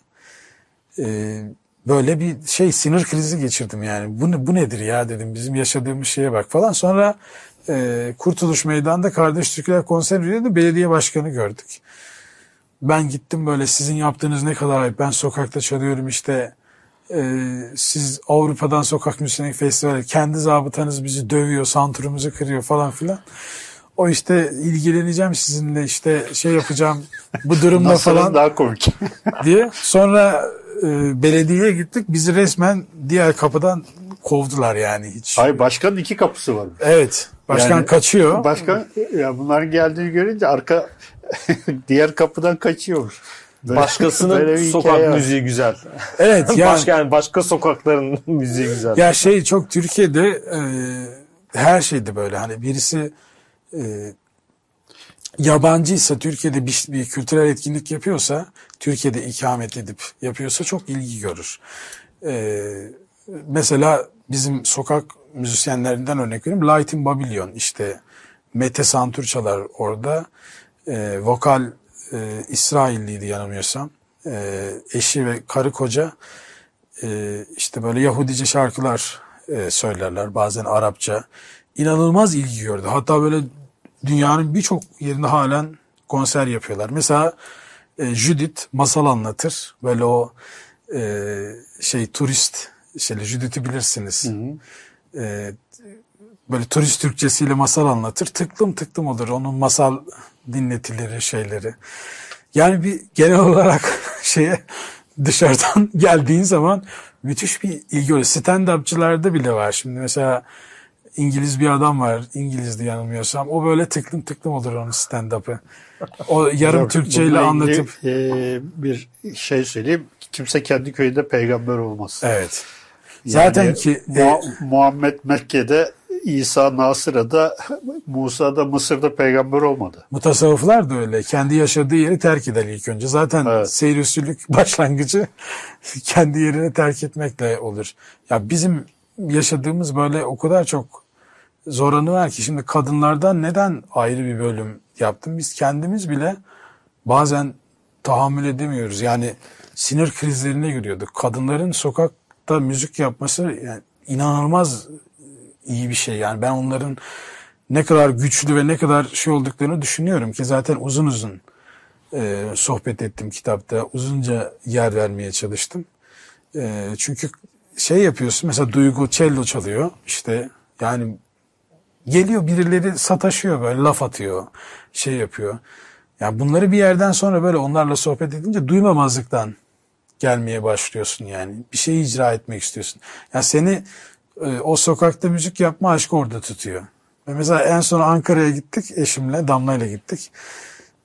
Ee, böyle bir şey, sinir krizi geçirdim yani. Bu, bu nedir ya dedim. Bizim yaşadığımız şeye bak falan. Sonra e, Kurtuluş Meydanı'nda Kardeş Türkler konser veriyordu. Belediye başkanı gördük. Ben gittim böyle, sizin yaptığınız ne kadar ayıp. Ben sokakta çalıyorum işte. E, siz Avrupa'dan sokak müziği festivali. Kendi zabıtanız bizi dövüyor. Santurumuzu kırıyor falan filan. O işte ilgileneceğim sizinle, işte şey yapacağım bu durumda falan daha komik diye. Sonra e, belediyeye gittik. Bizi resmen diğer kapıdan kovdular yani hiç. Hayır, başkanın iki kapısı var. Evet. Başkan yani, kaçıyor. Başkan ya bunların geldiğini görünce arka diğer kapıdan kaçıyormuş. Böyle, başkasının sokak müziği güzel. Evet. Yani, başka, yani başka sokakların müziği güzel. Ya şey çok Türkiye'de e, her şeyde böyle, hani birisi e, yabancıysa Türkiye'de bir, bir kültürel etkinlik yapıyorsa, Türkiye'de ikamet edip yapıyorsa çok ilgi görür. E, mesela bizim sokak müzisyenlerinden örnek vereyim. Light in Babylon, işte Mete Santur çalar orada. E, vokal e, İsrailliydi yanılmıyorsam. E, eşi ve karı koca e, işte böyle Yahudice şarkılar e, söylerler. Bazen Arapça. İnanılmaz ilgi gördü. Hatta böyle dünyanın birçok yerinde halen konser yapıyorlar. Mesela e, Judith masal anlatır. Böyle o e, şey turist şeyle, Judith'i bilirsiniz. Hı hı. E, böyle turist Türkçesiyle masal anlatır. Tıklım tıklım olur onun masal dinletileri, şeyleri. Yani bir genel olarak şeye dışarıdan geldiğin zaman müthiş bir ilgi oluyor. Stand-upçılarda bile var. Şimdi mesela İngiliz bir adam var. İngilizdi yanılmıyorsam. O böyle tıklım tıklım olur onun stand-up'ı. O yarım Türkçe ile anlatıp. E, bir şey söyleyeyim. Kimse kendi köyünde peygamber olmaz. Evet. Zaten yani, ki Mu- e, Muhammed Mekke'de, İsa Nasıra'da, Musa'da, Mısır'da peygamber olmadı. Mutasavvıflar da öyle. Kendi yaşadığı yeri terk eder ilk önce. Zaten evet. Seyir-i-Sülük başlangıcı kendi yerini terk etmekle olur. Ya bizim yaşadığımız böyle o kadar çok zor anı var ki, şimdi kadınlardan neden ayrı bir bölüm yaptım? Biz kendimiz bile bazen tahammül edemiyoruz. Yani sinir krizlerine giriyorduk. Kadınların sokakta müzik yapması yani inanılmaz iyi bir şey. Yani ben onların ne kadar güçlü ve ne kadar şey olduklarını düşünüyorum ki zaten uzun uzun e, sohbet ettim kitapta. Uzunca yer vermeye çalıştım. E, çünkü şey yapıyorsun mesela, Duygu cello çalıyor işte, yani geliyor birileri sataşıyor, böyle laf atıyor, şey yapıyor. Yani bunları bir yerden sonra böyle onlarla sohbet edince duymamazlıktan gelmeye başlıyorsun yani. Bir şey icra etmek istiyorsun. Yani seni e, o sokakta müzik yapma aşkı orada tutuyor. Ve mesela en son Ankara'ya gittik eşimle, Damla'yla gittik.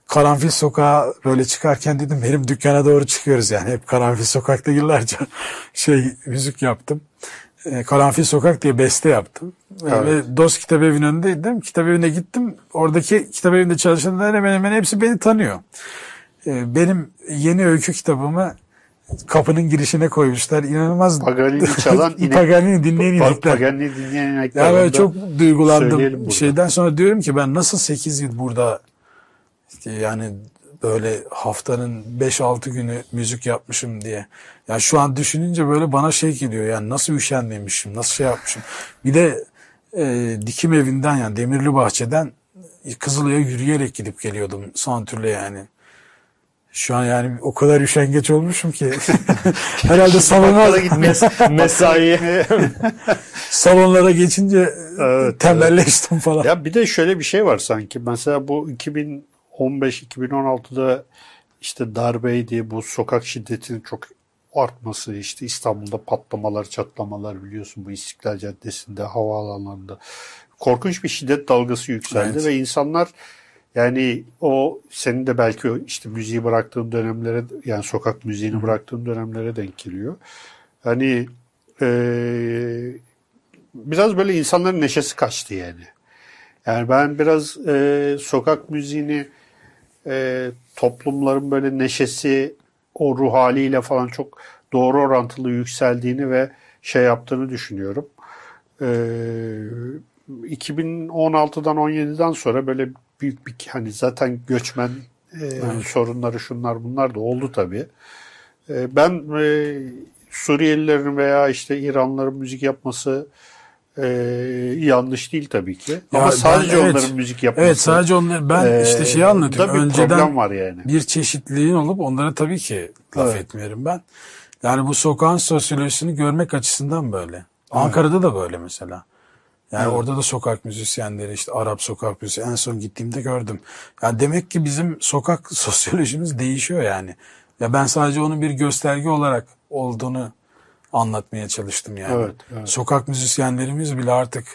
Karanfil Sokağa böyle çıkarken dedim benim dükkana doğru çıkıyoruz yani. Hep Karanfil Sokak'ta yıllarca şey müzik yaptım. E, Karanfil Sokak diye beste yaptım. Evet. Ve Dost Kitabevi'nin önündeydim. Kitabevi'ne gittim. Oradaki kitabevi'nde çalışanlar hemen hemen hepsi beni tanıyor. E, benim yeni öykü kitabımı kapının girişine koymuşlar. İnanılmaz. Paganini çalan inek. Paganini dinleyen inekler. Paganini dinleyen inekler. Yani çok duygulandım. Şeyden sonra diyorum ki ben nasıl sekiz yıl burada işte yani böyle haftanın beş altı günü müzik yapmışım diye. Yani şu an düşününce böyle bana şey geliyor yani nasıl üşenmemişim, nasıl şey yapmışım. Bir de e, dikim evinden yani Demirli Bahçe'den Kızılay'a yürüyerek gidip geliyordum Santür'le yani. Şu an yani o kadar üşengeç olmuşum ki herhalde salona gitmez mesai salonlara geçince evet, tembelleştim evet. falan. Ya bir de şöyle bir şey var sanki. Mesela bu iki bin on beş iki bin on altıda işte darbeydi, bu sokak şiddetinin çok artması, işte İstanbul'da patlamalar, çatlamalar biliyorsun bu İstiklal Caddesi'nde, havaalanlarında korkunç bir şiddet dalgası yükseldi evet. Ve insanlar yani o senin de belki işte müziği bıraktığın dönemlere yani sokak müziğini bıraktığın dönemlere denk geliyor. Hani e, biraz böyle insanların neşesi kaçtı yani. Yani ben biraz e, sokak müziğini e, toplumların böyle neşesi o ruh haliyle falan çok doğru orantılı yükseldiğini ve şey yaptığını düşünüyorum. E, iki bin on altıdan on yediden sonra böyle büyük bir hani zaten göçmen e, evet. sorunları şunlar bunlar da oldu tabii. E, ben e, Suriyelilerin veya işte İranlıların müzik yapması e, yanlış değil tabii ki. Ya ama sadece ben, evet, onların müzik yapması. Evet sadece onları ben e, işte şeyi anlatıyorum. Bir önceden problem var yani. Bir çeşitliliğin olup onlara tabii ki laf evet. etmiyorum ben. Yani bu sokağın sosyolojisini görmek açısından böyle. Evet. Ankara'da da böyle mesela. Yani evet. Orada da sokak müzisyenleri işte Arap sokak müzisyeni en son gittiğimde gördüm. Yani demek ki bizim sokak sosyolojimiz değişiyor yani. Ya ben sadece onun bir gösterge olarak olduğunu anlatmaya çalıştım yani. Evet, evet. Sokak müzisyenlerimiz bile artık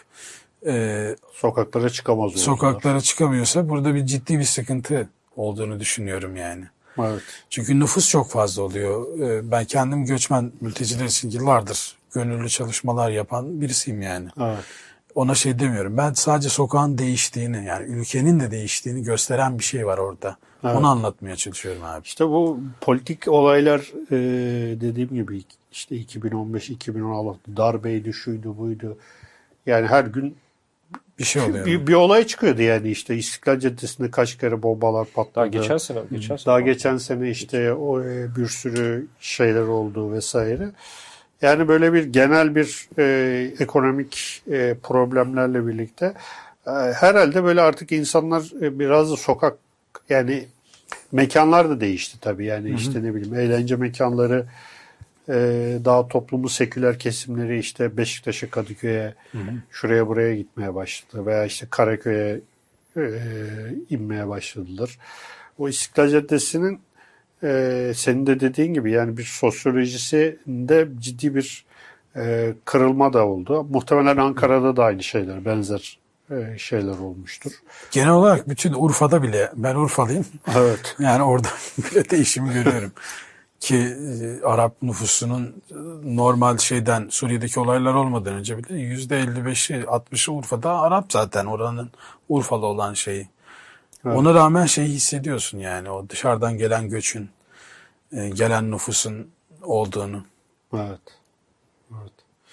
e, sokaklara çıkamaz. Sokaklara oldular. Çıkamıyorsa burada bir ciddi bir sıkıntı olduğunu düşünüyorum yani. Evet. Çünkü nüfus çok fazla oluyor. E, ben kendim göçmen mülteciler için yıllardır gönüllü çalışmalar yapan birisiyim yani. Evet. Ona şey demiyorum. Ben sadece sokağın değiştiğini yani ülkenin de değiştiğini gösteren bir şey var orada. Evet. Onu anlatmaya çalışıyorum abi. İşte bu politik olaylar e, dediğim gibi işte iki bin on beş iki bin on altı darbeydi, şuydu, buydu. Yani her gün bir şey oluyor. Bir, bir olay çıkıyordu yani işte İstiklal Caddesi'nde kaç kere bombalar patladı. Daha geçen sene, geçen sene. Daha geçen sene işte o e, bir sürü şeyler oldu vesaire. Yani böyle bir genel bir e, ekonomik e, problemlerle birlikte e, herhalde böyle artık insanlar e, biraz da sokak yani mekanlar da değişti tabii yani. Hı hı. İşte ne bileyim eğlence mekanları e, daha toplumun seküler kesimleri işte Beşiktaş'a, Kadıköy'e, hı hı. şuraya buraya gitmeye başladı veya işte Karaköy'e e, inmeye başladılar. O İstiklal Caddesi'nin Ee, senin de dediğin gibi yani bir sosyolojisinde ciddi bir e, kırılma da oldu. Muhtemelen Ankara'da da aynı şeyler, benzer e, şeyler olmuştur. Genel olarak bütün Urfa'da bile, ben Urfalıyım. Evet. Yani orada bile değişimi görüyorum. Ki e, Arap nüfusunun normal şeyden Suriye'deki olaylar olmadan önce bile yüzde elli beşi altmışı Urfa'da Arap zaten oranın Urfalı olan şeyi. Evet. Ona rağmen şeyi hissediyorsun yani o dışarıdan gelen göçün, e, gelen nüfusun olduğunu. Evet. Evet.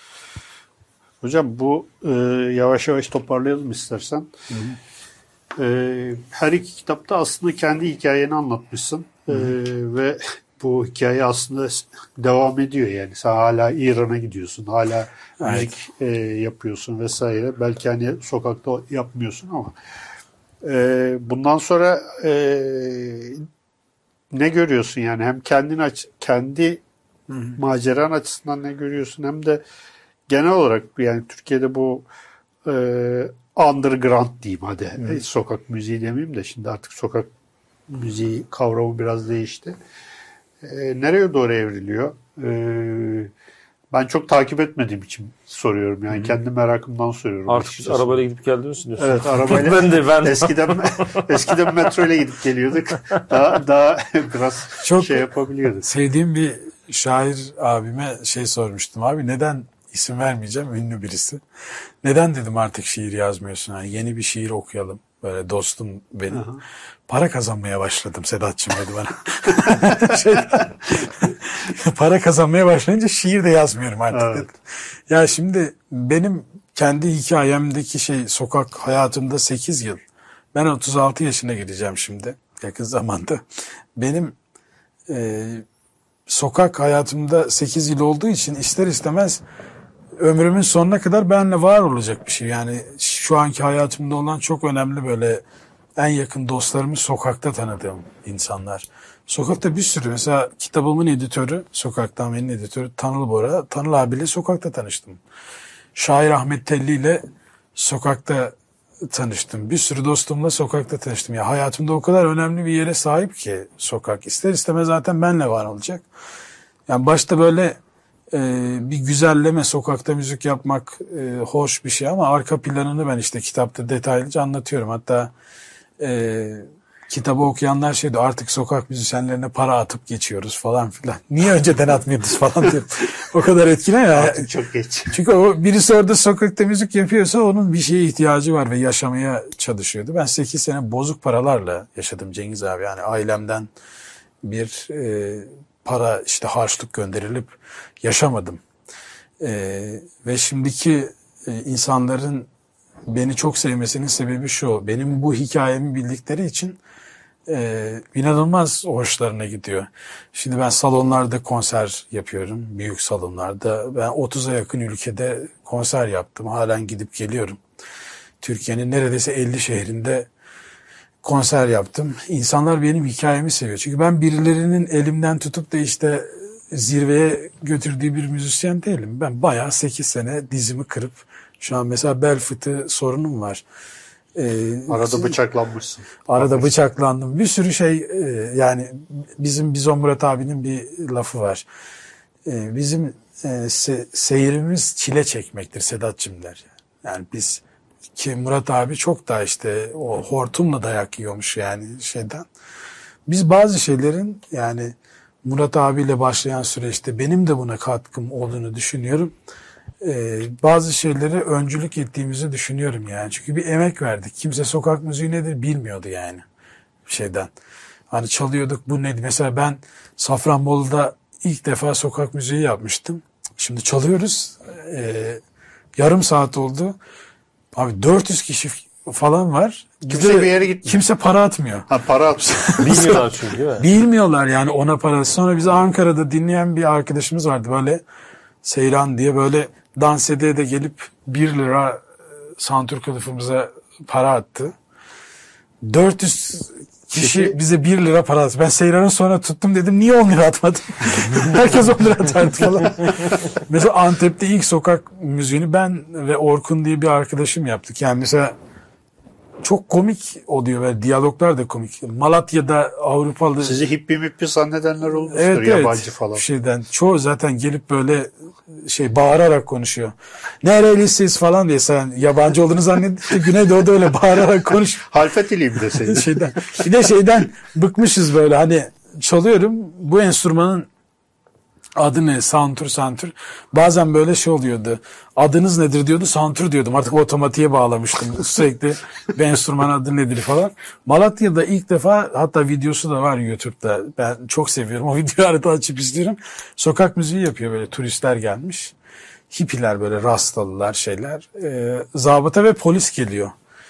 Hocam bu e, yavaş yavaş toparlayalım istersen. Hı hı. E, her iki kitapta aslında kendi hikayeni anlatmışsın. Hı hı. E, ve bu hikaye aslında devam ediyor yani. Sen hala İran'a gidiyorsun, hala evet. müzik e, yapıyorsun vesaire. Belki hani sokakta yapmıyorsun ama bundan sonra e, ne görüyorsun yani hem kendin aç kendi hı hı. maceran açısından ne görüyorsun hem de genel olarak yani Türkiye'de bu e, underground diyeyim hadi hı. sokak müziği demeyeyim de şimdi artık sokak müziği kavramı biraz değişti. E, nereye doğru evriliyor? E, Ben çok takip etmediğim için soruyorum. Yani kendi merakımdan soruyorum. Artık biz arabayla gidip geldiğimiz için diyorsun. Evet, arabayla. ben de ben. Eskiden eskiden metro ile gidip geliyorduk. Daha daha biraz çok şey yapabiliyorduk. Sevdiğim bir şair abime şey sormuştum. Abi neden, isim vermeyeceğim, ünlü birisi. Neden dedim artık şiir yazmıyorsun? Yani yeni bir şiir okuyalım. Böyle dostum benim. Aha. Para kazanmaya başladım Sedat'cığım dedi bana. Şeyden, para kazanmaya başlayınca şiir de yazmıyorum artık evet. Dedim. Ya şimdi benim kendi hikayemdeki şey sokak hayatımda sekiz yıl. Ben otuz altı yaşına gireceğim şimdi yakın zamanda. Benim e, sokak hayatımda sekiz yıl olduğu için ister istemez ömrümün sonuna kadar benimle var olacak bir şey. Yani şu anki hayatımda olan çok önemli böyle en yakın dostlarımı sokakta tanıdığım insanlar. Sokakta bir sürü mesela kitabımın editörü, Sokaktan Beri'nin editörü Tanıl Bora. Tanıl abiyle sokakta tanıştım. Şair Ahmet Telli ile sokakta tanıştım. Bir sürü dostumla sokakta tanıştım. Ya hayatımda o kadar önemli bir yere sahip ki sokak. İster istemez zaten benimle var olacak. Yani başta böyle e, bir güzelleme, sokakta müzik yapmak e, hoş bir şey ama arka planını ben işte kitapta detaylıca anlatıyorum. Hatta e, kitabı okuyanlar şey diyor, artık sokak müzisyenlerine para atıp geçiyoruz falan filan. Niye önceden atmıyordunuz falan diyor. O kadar etkili ya. Artık çok geç. Çünkü o birisi orada sokakta müzik yapıyorsa onun bir şeye ihtiyacı var ve yaşamaya çalışıyordu. Ben sekiz sene bozuk paralarla yaşadım Cengiz abi. Yani ailemden bir e, para işte harçlık gönderilip yaşamadım. E, ve şimdiki e, insanların beni çok sevmesinin sebebi şu. Benim bu hikayemi bildikleri için e, inanılmaz hoşlarına gidiyor. Şimdi ben salonlarda konser yapıyorum. Büyük salonlarda. Ben otuza yakın ülkede konser yaptım. Halen gidip geliyorum. Türkiye'nin neredeyse elli şehrinde konser yaptım. İnsanlar benim hikayemi seviyor. Çünkü ben birilerinin elimden tutup da işte zirveye götürdüğü bir müzisyen değilim. Ben bayağı sekiz sene dizimi kırıp şu an mesela bel fıtığı sorunum var. Ee, arada bıçaklanmışsın. Arada bıçaklandım. Bir sürü şey e, yani bizim Bizon Murat abinin bir lafı var. E, bizim e, se, seyrimiz çile çekmektir Sedat'cığım der. Yani biz ki Murat abi çok daha işte o hortumla dayak yiyormuş yani şeyden. Biz bazı şeylerin yani Murat abiyle başlayan süreçte benim de buna katkım olduğunu düşünüyorum. Ee, bazı şeyleri öncülük ettiğimizi düşünüyorum yani. Çünkü bir emek verdik. Kimse sokak müziği nedir bilmiyordu yani şeyden. Hani çalıyorduk bu nedir? Mesela ben Safranbolu'da ilk defa sokak müziği yapmıştım. Şimdi çalıyoruz. Ee, yarım saat oldu. Abi dört yüz kişi falan var. Kimse bir yere gitmiyor. Kimse para atmıyor. Ha para atmıyor. Bilmiyorlar çünkü değil mi? Bilmiyorlar yani ona para. Sonra bize Ankara'da dinleyen bir arkadaşımız vardı böyle Seyran diye böyle dans ede de gelip bir lira santur kılıfımıza para attı. dört yüz kişi bize bir lira para attı. Ben Seyran'ı sonra tuttum dedim niye on lira atmadım? Herkes on lira atardı falan. Mesela Antep'te ilk sokak müziğini ben ve Orkun diye bir arkadaşım yaptık. Yani mesela çok komik oluyor ve diyaloglar da komik. Malatya'da Avrupalı... Sizi hippi mippi zannedenler olmuştur evet, yabancı evet, falan. Şeyden, çoğu zaten gelip böyle şey bağırarak konuşuyor. Nerelisiz falan diye sen yabancı olduğunu zannedince Güneydoğu'da öyle bağırarak konuş. Halfetiliyim de senin. şeyden, bir de şeyden bıkmışız böyle hani çalıyorum bu enstrümanın adı ne? Santur, santur. Bazen böyle şey oluyordu. Adınız nedir diyordu. Santur diyordum. Artık otomatiğe bağlamıştım. Sürekli bir enstrüman adı nedir falan. Malatya'da ilk defa hatta videosu da var YouTube'da. Ben çok seviyorum. O videoyu arada açıp izliyorum. Sokak müziği yapıyor böyle. Turistler gelmiş. Hippiler böyle rastalılar şeyler. Ee, zabıta ve polis geliyor.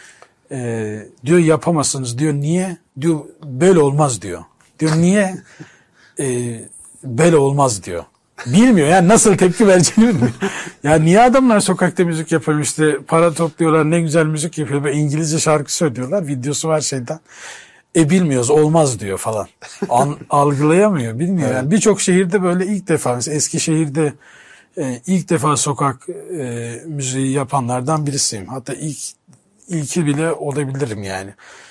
Ee, diyor yapamazsınız diyor. Niye? Diyor böyle olmaz diyor. Diyor niye? Eee böyle olmaz diyor. Bilmiyor yani nasıl tepki vereceğini bilmiyor. Yani niye adamlar sokakta müzik yapıyor işte para topluyorlar ne güzel müzik yapıyor ve İngilizce şarkı söylüyorlar videosu var şeyden. E bilmiyoruz olmaz diyor falan. An, algılayamıyor bilmiyor. Evet. Yani birçok şehirde böyle ilk defa mesela Eskişehir'de e, ilk defa sokak e, müziği yapanlardan birisiyim. Hatta ilk ilki bile olabilirim yani.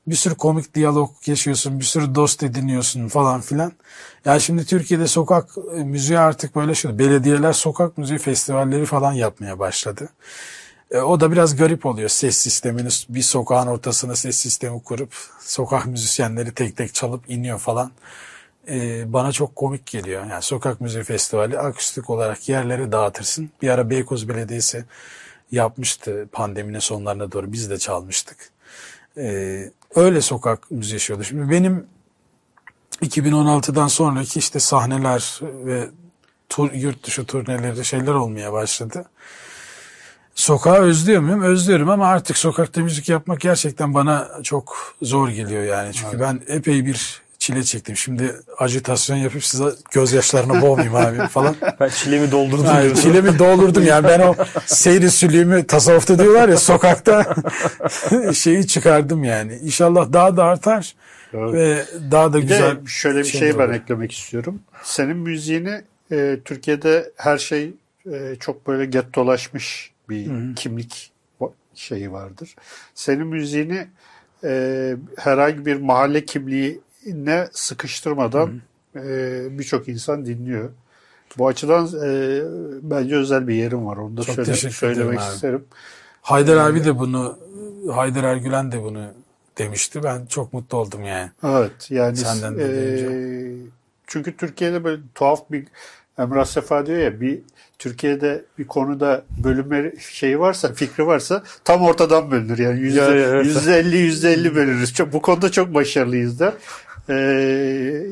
bir sürü komik diyalog yaşıyorsun, bir sürü dost ediniyorsun falan filan. Yani şimdi Türkiye'de sokak müziği artık böyle şu, belediyeler sokak müziği festivalleri falan yapmaya başladı. E, o da biraz garip oluyor. Ses sistemini, bir sokağın ortasına ses sistemi kurup sokak müzisyenleri tek tek çalıp iniyor falan. E, bana çok komik geliyor. Yani sokak müziği festivali akustik olarak yerleri dağıtırsın. Bir ara Beykoz Belediyesi yapmıştı pandeminin sonlarına doğru. Biz de çalmıştık. Ee, öyle sokak müziği yaşıyordu. Şimdi benim iki bin on altıdan sonraki işte sahneler ve tur, yurt dışı turneleri şeyler olmaya başladı. Sokağı özlüyor muyum? Özlüyorum ama artık sokakta müzik yapmak gerçekten bana çok zor geliyor yani. Çünkü evet. Ben epey bir çile çektim. Şimdi ajitasyon yapıp size gözyaşlarına boğmayayım abi falan. Ben çilemi doldurdum. Yani çilemi doldurdum yani ben o seyri sülüğümü tasavvufta diyorlar ya sokakta şeyi çıkardım yani. İnşallah daha da artar evet. Ve daha da bir güzel. De şöyle bir şey ben eklemek istiyorum. Senin müziğini e, Türkiye'de her şey e, çok böyle gettolaşmış bir Hı-hı. kimlik şeyi vardır. Senin müziğini e, herhangi bir mahalle kimliği ne sıkıştırmadan e, birçok insan dinliyor. Bu açıdan e, bence özel bir yerim var. Onu da çok söyle, söylemek isterim. Haydar ee, abi de bunu, Haydar Ergülen de bunu demişti. Ben çok mutlu oldum yani. Evet. Yani senden de e, çünkü Türkiye'de böyle tuhaf bir Emrah Sefa diyor ya bir Türkiye'de bir konuda bölünme şeyi varsa, fikri varsa tam ortadan bölünür. Yani yüzde, evet. yüzde elli, yüzde elli bölünürüz. Çok, bu konuda çok başarılıyız da. Ee,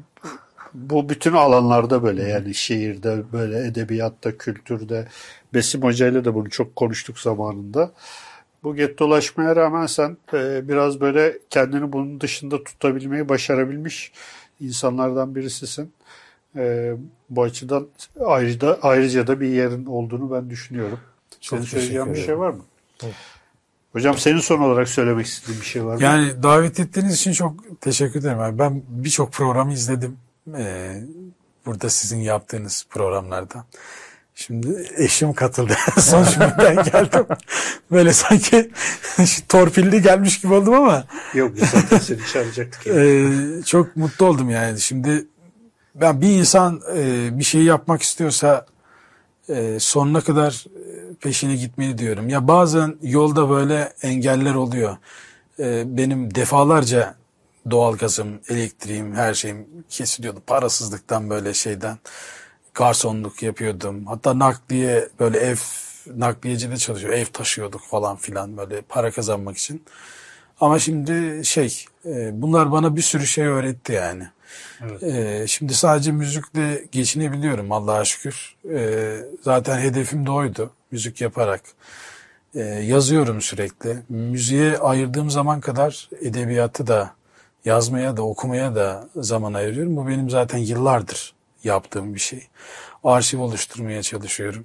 bu bütün alanlarda böyle yani şiirde, böyle edebiyatta, kültürde. Besim Hoca ile de bunu çok konuştuk zamanında. Bu gettolaşmaya rağmen sen e, biraz böyle kendini bunun dışında tutabilmeyi başarabilmiş insanlardan birisisin. E, bu açıdan ayrıca, ayrıca da bir yerin olduğunu ben düşünüyorum. Çok senin söyleyeceğin bir şey var mı? Evet. Hocam senin son olarak söylemek istediğin bir şey var mı? Yani davet ettiğiniz için çok teşekkür ederim. Yani ben birçok programı izledim. Ee, burada sizin yaptığınız programlardan. Şimdi eşim katıldı. Son şimdi ben geldim. Böyle sanki torpilli gelmiş gibi oldum ama. Yok biz zaten seni çağıracaktık. Yani. Ee, çok mutlu oldum yani. Şimdi ben bir insan e, bir şeyi yapmak istiyorsa e, sonuna kadar peşine gitmeyi diyorum. Ya bazen yolda böyle engeller oluyor. E, benim defalarca doğalgazım, elektriğim, her şeyim kesiliyordu. Parasızlıktan böyle şeyden garsonluk yapıyordum. Hatta nakliye böyle ev nakliyecide çalışıyor. Ev taşıyorduk falan filan böyle para kazanmak için. Ama şimdi şey e, bunlar bana bir sürü şey öğretti yani. Evet. E, şimdi sadece müzikle geçinebiliyorum Allah'a şükür. E, zaten hedefim de oydu. Müzik yaparak. E, yazıyorum sürekli. Müziğe ayırdığım zaman kadar edebiyatı da yazmaya da okumaya da zaman ayırıyorum. Bu benim zaten yıllardır yaptığım bir şey. Arşiv oluşturmaya çalışıyorum.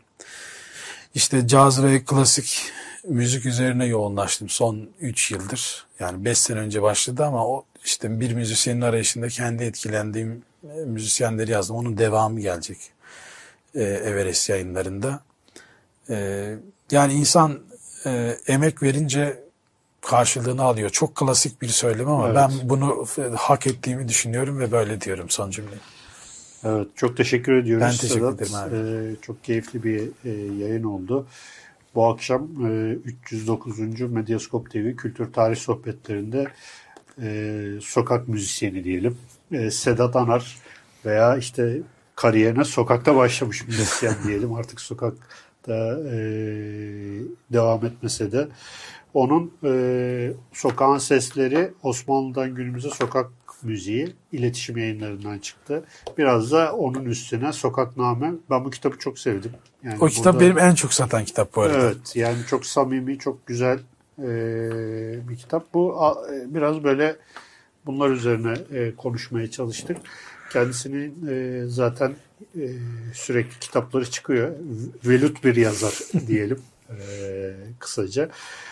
İşte caz ve klasik müzik üzerine yoğunlaştım son üç yıldır. Yani beş sene önce başladı ama o işte bir müzisyenin arayışında kendi etkilendiğim müzisyenleri yazdım. Onun devamı gelecek e, Everest yayınlarında. E, yani insan e, emek verince karşılığını alıyor. Çok klasik bir söylem ama evet. Ben bunu hak ettiğimi düşünüyorum ve böyle diyorum son cümleyi. Evet, çok teşekkür ediyoruz. Ben teşekkür Sedat. ederim abi. Ee, çok keyifli bir e, yayın oldu. Bu akşam e, üç yüz dokuzuncu Medyaskop T V Kültür Tarih Sohbetlerinde e, sokak müzisyeni diyelim. E, Sedat Anar veya işte kariyerine sokakta başlamış müzisyen diyelim. Artık sokakta e, devam etmese de. Onun e, Sokağın Sesleri Osmanlı'dan günümüze sokak müziği iletişim yayınlarından çıktı. Biraz da onun üstüne Sokakname. Ben bu kitabı çok sevdim. Yani o kitap burada, benim en çok satan kitap bu arada. Evet yani çok samimi, çok güzel e, bir kitap. Bu e, biraz böyle bunlar üzerine e, konuşmaya çalıştık. Kendisinin e, zaten e, sürekli kitapları çıkıyor. Velut bir yazar diyelim e, kısaca.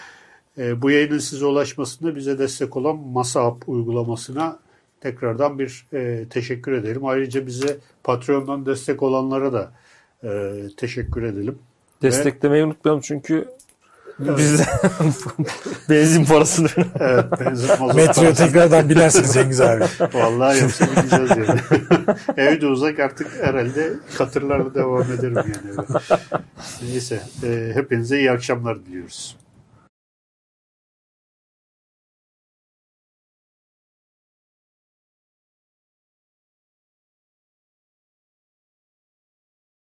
E, bu yayının size ulaşmasında bize destek olan MasaApp uygulamasına tekrardan bir e, teşekkür edelim. Ayrıca bize Patreon'dan destek olanlara da e, teşekkür edelim. Desteklemeyi Ve, unutmayalım çünkü Biz de benzin parasını. Evet, benzin mazot Metroya parası. tekrardan binersiniz Cengiz abi. Vallahi yoksa gideceğiz yani. Evde uzak artık herhalde katırlarla devam ederim yani. Neyse. E, hepinize iyi akşamlar diliyoruz.